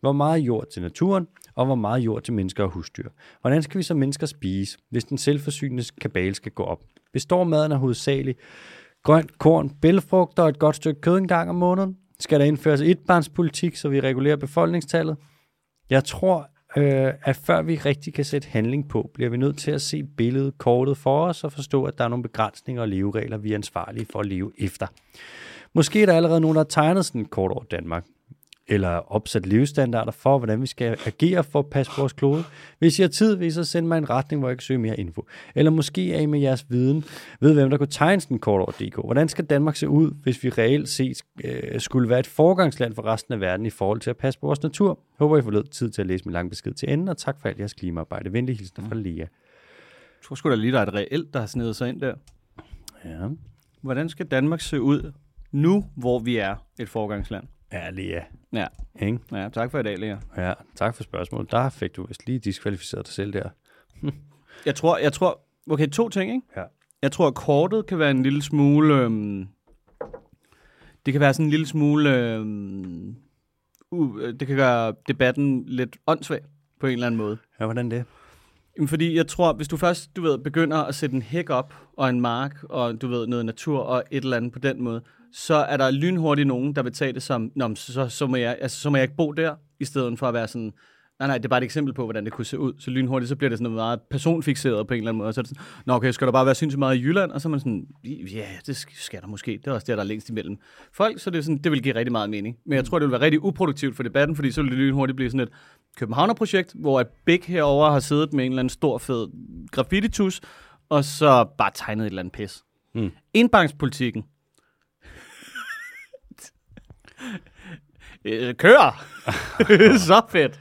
Hvor meget jord til naturen, og hvor meget jord til mennesker og husdyr. Hvordan skal vi så mennesker spise, hvis den selvforsynende kabale skal gå op? Består maden af hovedsageligt grønt, korn, bælgfrugter og et godt stykke kød en gang om måneden? Skal der indføres etbarnspolitik, så vi regulerer befolkningstallet? Jeg tror, øh, at før vi rigtig kan sætte handling på, bliver vi nødt til at se billedet, kortet for os og forstå, at der er nogle begrænsninger og leveregler, vi er ansvarlige for at leve efter. Måske er der allerede nogen, der har tegnet sådan et kort over Danmark, eller opsat levestandarder for, hvordan vi skal agere for at passe på vores klode. Hvis I har tid, vil I så sende mig en retning, hvor jeg kan søge mere info. Eller måske er I med jeres viden ved, hvem der kunne tegne sådan et kort over D K. Hvordan skal Danmark se ud, hvis vi reelt set øh, skulle være et foregangsland for resten af verden i forhold til at passe på vores natur? Håber, I får lidt tid til at læse min lange besked til enden, og tak for alt jeres klimaarbejde. Venlig hilsen fra Lea. Jeg tror sgu da lige, der er et reelt, der har snedet sig ind der. Ja. Hvordan skal Danmark se ud nu, hvor vi er et foregangsland? Ja, Lea. Ja. Ikke? Ja, tak for i dag, Lea. Ja, tak for spørgsmålet. Der fik du vist lige diskvalificeret dig selv der. Jeg tror, jeg tror, okay, to ting, ikke? Ja. Jeg tror, at kortet kan være en lille smule, øhm, det kan være sådan en lille smule, øhm, uh, det kan gøre debatten lidt åndssvag på en eller anden måde. Ja, hvordan det? Jamen, fordi jeg tror, hvis du først, du ved, begynder at sætte en hæk op og en mark, og du ved, noget natur og et eller andet på den måde, så er der lynhurtigt nogen, der vil tage det som, nå, så, så, må jeg, altså, så må jeg ikke bo der, i stedet for at være sådan, nej, nej, det er bare et eksempel på, hvordan det kunne se ud. Så lynhurtigt, så bliver det sådan noget meget personfikseret på en eller anden måde. Så er det sådan, nå okay, skal der bare være sindssygt meget i Jylland? Og så er man sådan, ja, det skal der måske. Det er også der, der er længst imellem folk, så det, er sådan, det vil give rigtig meget mening. Men jeg tror, det vil være rigtig uproduktivt for debatten, fordi så vil det lynhurtigt blive sådan et Københavner-projekt, hvor et Big herover har siddet med en eller anden stor, fed graffiti-tus, og så bare tegnet et eller andet pis. Mm. Enbankspolitikken. Kør! Så fedt!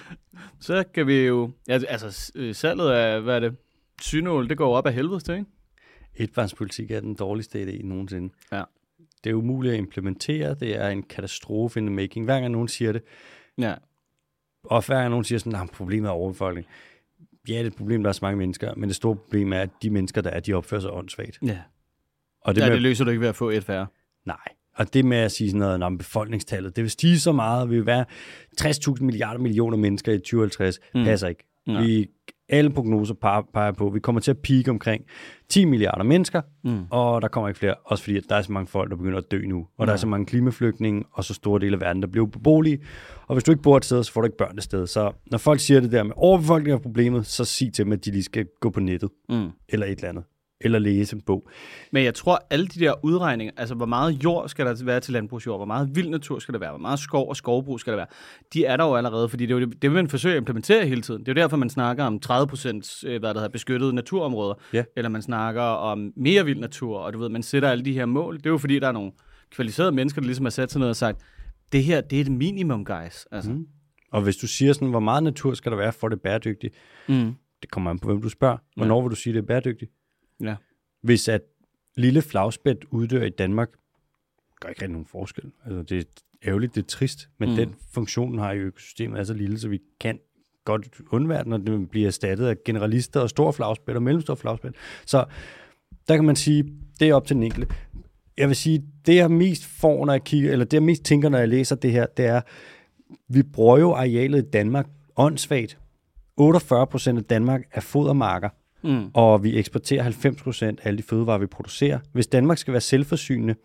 Så kan vi jo... Ja, altså, salget af, hvad er det? Synål, det går op af helvedes til, ikke? Etbarnspolitik er den dårligste idé nogensinde. Ja. Det er umuligt at implementere. Det er en katastrofe in the making. Hver gang nogen siger det. Ja. Og hver gang nogen siger sådan, at problemet er overbefolkning. Ja, det er et problem, der er så mange mennesker. Men det store problem er, at de mennesker, der er, de opfører sig åndssvagt. Ja. Og det, ja, med, det løser du ikke ved at få et færre. Nej. Og det med at sige sådan noget om befolkningstallet, det vil stige så meget, vi vil være tres tusind milliarder millioner mennesker i tyve halvtreds, mm. passer ikke. Ja. Vi, alle prognoser peger på, at vi kommer til at peake omkring ti milliarder mennesker, mm. og der kommer ikke flere, også fordi at der er så mange folk, der begynder at dø nu, og ja. Der er så mange klimaflygtninge, og så store dele af verden, der bliver beboelige, og hvis du ikke bor et sted, så får du ikke børn et sted. Så når folk siger det der med overbefolkning af problemet, så sig til dem, at de lige skal gå på nettet, mm. eller et eller andet. Eller læse en bog. Men jeg tror, alle de der udregninger, altså hvor meget jord skal der være til landbrugsjord, hvor meget vild natur skal der være, hvor meget skov og skovbrug skal der være, de er der jo allerede, fordi det er jo det, det vil man forsøge at implementere hele tiden. Det er jo derfor, man snakker om tredive procent hvad der hedder, beskyttede naturområder, yeah. eller man snakker om mere vild natur, og du ved, man sætter alle de her mål. Det er jo fordi, der er nogle kvalificerede mennesker, der ligesom har sat sig ned og sagt, det her, det er et minimum, guys. Altså. Mm. Og hvis du siger sådan, hvor meget natur skal der være for det bæredygtigt, mm. det kommer an på, hvem du spørger. Hvornår ja. Vil du sige, det er bæredygtigt? Ja. Hvis at lille flagspæt uddør i Danmark, gør ikke rigtig nogen forskel. Altså, det er ærgerligt, det er trist, men mm. den funktion har i økosystemet er så lille, så vi kan godt undvære den, når det bliver erstattet af generalister og store flagspæt og mellemstore flagspæt. Så der kan man sige, det er op til den enkelte. Jeg vil sige, det jeg mest får, når jeg kigger, eller det jeg mest tænker, når jeg læser det her, det er, vi bruger jo arealet i Danmark åndssvagt. otteogfyrre procent af Danmark er fodermarker. Mm. Og vi eksporterer halvfems procent af alle de fødevarer, vi producerer. Hvis Danmark skal være selvforsynende,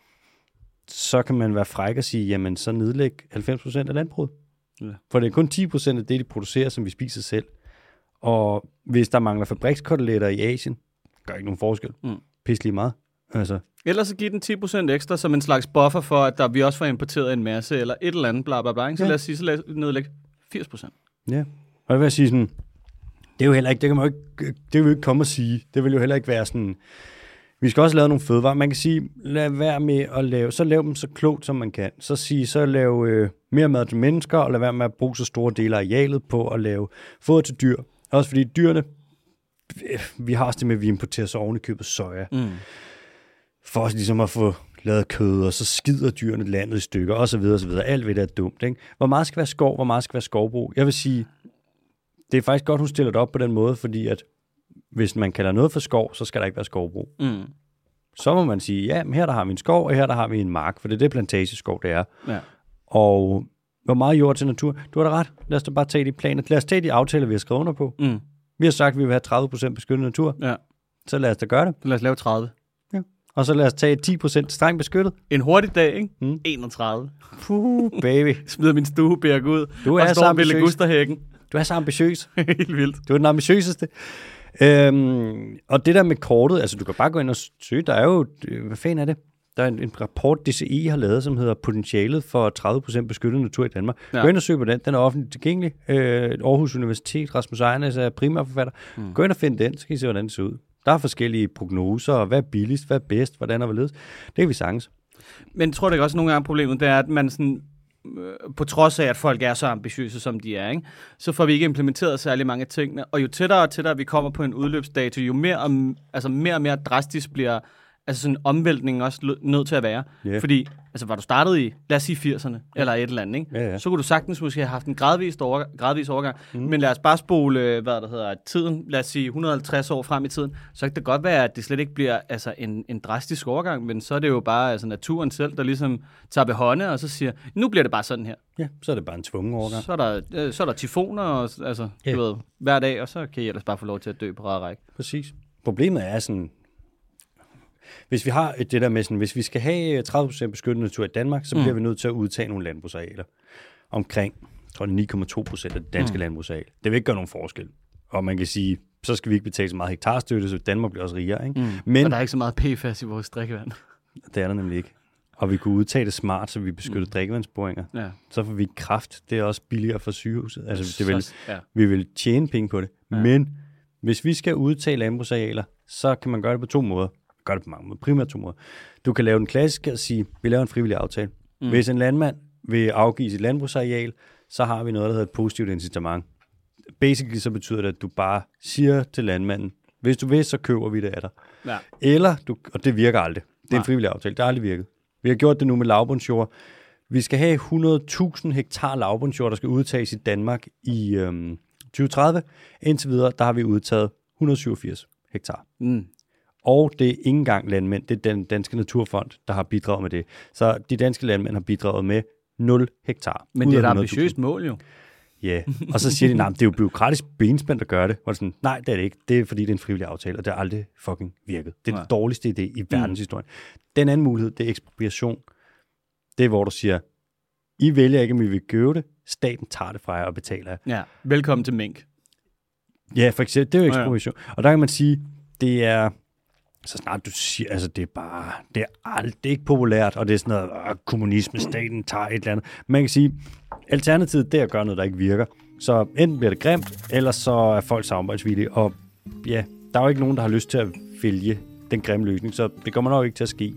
så kan man være fræk og sige, jamen så nedlæg halvfems procent af landbruget. Ja. For det er kun ti procent af det, de producerer, som vi spiser selv. Og hvis der mangler fabrikskoteletter i Asien, gør ikke nogen forskel. Mm. Pis lige meget. Altså. Ellers så giv den ti procent ekstra som en slags buffer for, at der, vi også får importeret en masse, eller et eller andet, bla bla bla. Så ja. Lad os sige, så nedlæg firs procent. Ja, og det vil jeg sige sådan, det er jo heller ikke, det kan man jo ikke, det vil jo ikke komme og sige. Det vil jo heller ikke være sådan, vi skal også lave nogle fødevarer. Man kan sige, lad være med at lave, så lav dem så klogt, som man kan. Så sige, så lave øh, mere mad til mennesker, og lad være med at bruge så store dele af arealet på at lave foder til dyr. Også fordi dyrene, vi har også det med, at vi importerer så oven i købet soja. Mm. For os ligesom at få lavet kød, og så skider dyrene landet i stykker, og så videre, og så videre. Alt ved det er dumt, ikke? Hvor meget skal være skov, hvor meget skal være skovbrug? Jeg vil sige, det er faktisk godt, hun stiller det op på den måde, fordi at hvis man kalder noget for skov, så skal der ikke være skovbrug. Mm. Så må man sige, ja, her der har vi en skov, og her der har vi en mark, for det er det plantageskov, det er. Ja. Og hvor meget jord til natur. Du har da ret. Lad os da bare tage de planer. Lad os tage de aftaler, vi har skrevet under på. Mm. Vi har sagt, at vi vil have tredive procent beskyttet natur. Ja. Så lad os da gøre det. Lad os lave tredive. Ja. Og så lad os tage ti procent strengt beskyttet. En hurtig dag, ikke? Mm. enogtredive. Puh, baby. Smider min stuebærk ud. Du er og så står ved ambitiøs. Ligusterhækken. Du er så ambitiøs. Helt vildt. Du er den ambitiøseste. Øhm, og det der med kortet, altså du kan bare gå ind og søge, der er jo, hvad fanden er det? Der er en, en rapport, D C E har lavet, som hedder Potentialet for tredive procent beskyttet natur i Danmark. Ja. Gå ind og søg på den, den er offentligt tilgængelig. Øh, Aarhus Universitet, Rasmus Ejernes er primærforfatter. Mm. Gå ind og find den, så kan I se, hvordan det ser ud. Der er forskellige prognoser, og hvad er billigst, hvad er bedst, hvordan er hvorledes. Det kan vi sagtens. Men jeg tror, det er også nogle gange problemet, det er, at man sådan, øh, på trods af, at folk er så ambitiøse, som de er, ikke, så får vi ikke implementeret særlig mange af tingene. Og jo tættere og tættere vi kommer på en udløbsdato, jo mere og, altså mere, og mere drastisk bliver altså sådan omvæltningen også nødt til at være. Yeah. Fordi, altså var du startet i, lad os sige firserne, ja. eller et eller andet, ikke? Ja, ja. Så kunne du sagtens måske have haft en gradvis, over, gradvis overgang. Mm. Men lad os bare spole, hvad der hedder, tiden, lad os sige et hundrede og halvtreds år frem i tiden, så kan det godt være, at det slet ikke bliver altså, en, en drastisk overgang, men så er det jo bare altså, naturen selv, der ligesom tager ved hånde, og så siger, nu bliver det bare sådan her. Ja, så er det bare en tvungen overgang. Så er der, øh, så er der tyfoner, og, altså, yeah. du ved, hver dag, og så kan I ellers bare få lov til at dø på rad række. Præcis. Problemet er sådan, hvis vi har det der med sådan, hvis vi skal have tredive procent beskyttet natur i Danmark, så mm. bliver vi nødt til at udtage nogle landbrugsarealer. Omkring, jeg tror, ni komma to procent af det danske mm. landbrugsareal. Det vil ikke gøre nogen forskel. Og man kan sige, så skal vi ikke betale så meget hektarstøtte, så Danmark bliver også rigere. Ikke? Mm. Men, og der er ikke så meget P F A S i vores drikkevand. Det er der nemlig ikke. Og vi kunne udtage det smart, så vi beskytter mm. drikkevandsboringer. Ja. Så får vi kraft. Det er også billigere for sygehuset. Altså, det vil, ja. Vi vil tjene penge på det. Ja. Men hvis vi skal udtage landbrugsarealer, så kan man gøre det på to måder. Gør det på mange måder. Primært to måder. Du kan lave den klassiske og sige, vi laver en frivillig aftale. Mm. Hvis en landmand vil afgive sit landbrugsareal, så har vi noget, der hedder et positivt incitament. Basically så betyder det, at du bare siger til landmanden, hvis du vil, så køber vi det af dig. Ja. Eller, du, og det virker aldrig. Det er en frivillig aftale. Det har aldrig virket. Vi har gjort det nu med lavbundsjord. Vi skal have hundrede tusind hektar lavbundsjord, der skal udtages i Danmark i øhm, tyve tredive. Indtil videre, der har vi udtaget et hundrede og syvogfirs hektar. Mm. Og det er ikke engang landmænd, det er den danske naturfond, der har bidraget med det. Så de danske landmænd har bidraget med nul hektar. Men det er et ambitiøst mål jo. Ja, yeah. Og så siger de, nej, det er jo bureaukratisk benspænd, der gør det. Og sådan, nej, det er det ikke. Det er fordi, det er en frivillig aftale, og det har aldrig fucking virket. Det er nej. Den dårligste idé i verdenshistorien. Mm. Den anden mulighed, det er ekspropriation. Det er, hvor du siger, I vælger ikke, om I vil købe det. Staten tager det fra jer og betaler jer. Ja, velkommen til mink. Ja, for eksempel, det er jo ekspropriation. Ja, ja. Og der kan man sige, det er... Så snart du siger, altså det er bare, det er, alt, det er ikke populært, og det er sådan noget, øh, kommunisme, staten tager et eller andet. Man kan sige, alternativet det er at gøre noget, der ikke virker. Så enten bliver det grimt, eller så er folk samarbejdsvillige, og ja, der er jo ikke nogen, der har lyst til at vælge den grimme løsning, så det kommer nok ikke til at ske.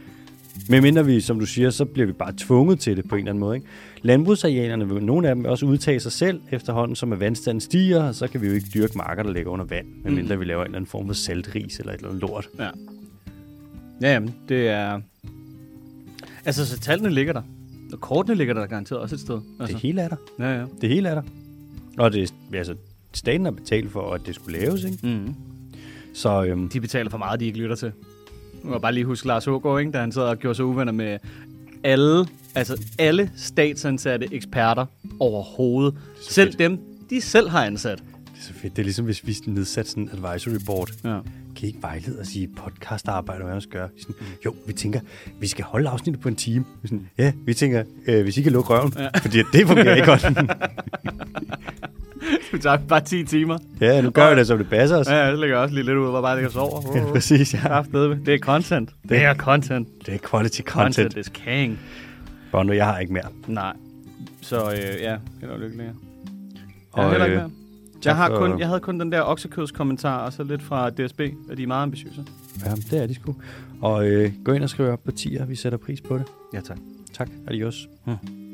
Men mindre vi, som du siger, så bliver vi bare tvunget til det på en eller anden måde. Ikke? Landbrugsarealerne vil nogle af dem også udtage sig selv efterhånden, som at vandstanden stiger, og så kan vi jo ikke dyrke marker, der ligger under vand, medmindre mm. vi laver en eller anden form for saltris eller et eller andet lort. Ja, ja jamen, det er... Altså, så tallene ligger der. Og kortene ligger der garanteret også et sted. Altså. Det hele er der. Ja, ja. Det hele er der. Og det, altså, staten har betalt for, at det skulle laves, ikke? Mm. Så, øhm, de betaler for meget, de ikke lytter til. Jeg må bare lige huske Lars Hågaard, ikke, da han sad og gjorde sig uvenner med alle, altså alle statsansatte eksperter overhovedet. Selv fedt. Dem, de selv har ansat. Det er så fedt. Det er ligesom, hvis vi nedsatte sådan en advisory board. Ja. Kan I ikke vejlede og sige, podcastarbejde, hvad man skal gøre? Sådan, jo, vi tænker, vi skal holde afsnittet på en time. Sådan, ja, vi tænker, øh, hvis I kan lukke røven, ja. Fordi det fungerer ikke godt. Det tager bare ti timer. Ja, nu gør vi det, som det passer os. Ja, det ligger også lige lidt ud, hvor bare ligger sover. Ja, præcis, ja. Det er content. Det er content. Det er quality content. Content is king. Bondo, jeg har ikke mere. Nej. Så øh, ja, det er lykkeligere. Jeg har heller ikke mere. Jeg, har kun, jeg havde kun den der oksekødskommentar, og så lidt fra D S B, at de er meget ambitiøse. Ja, det er de sgu. Og øh, gå ind og skriv op på tier, vi sætter pris på det. Ja, tak. Tak, adios. Hmm.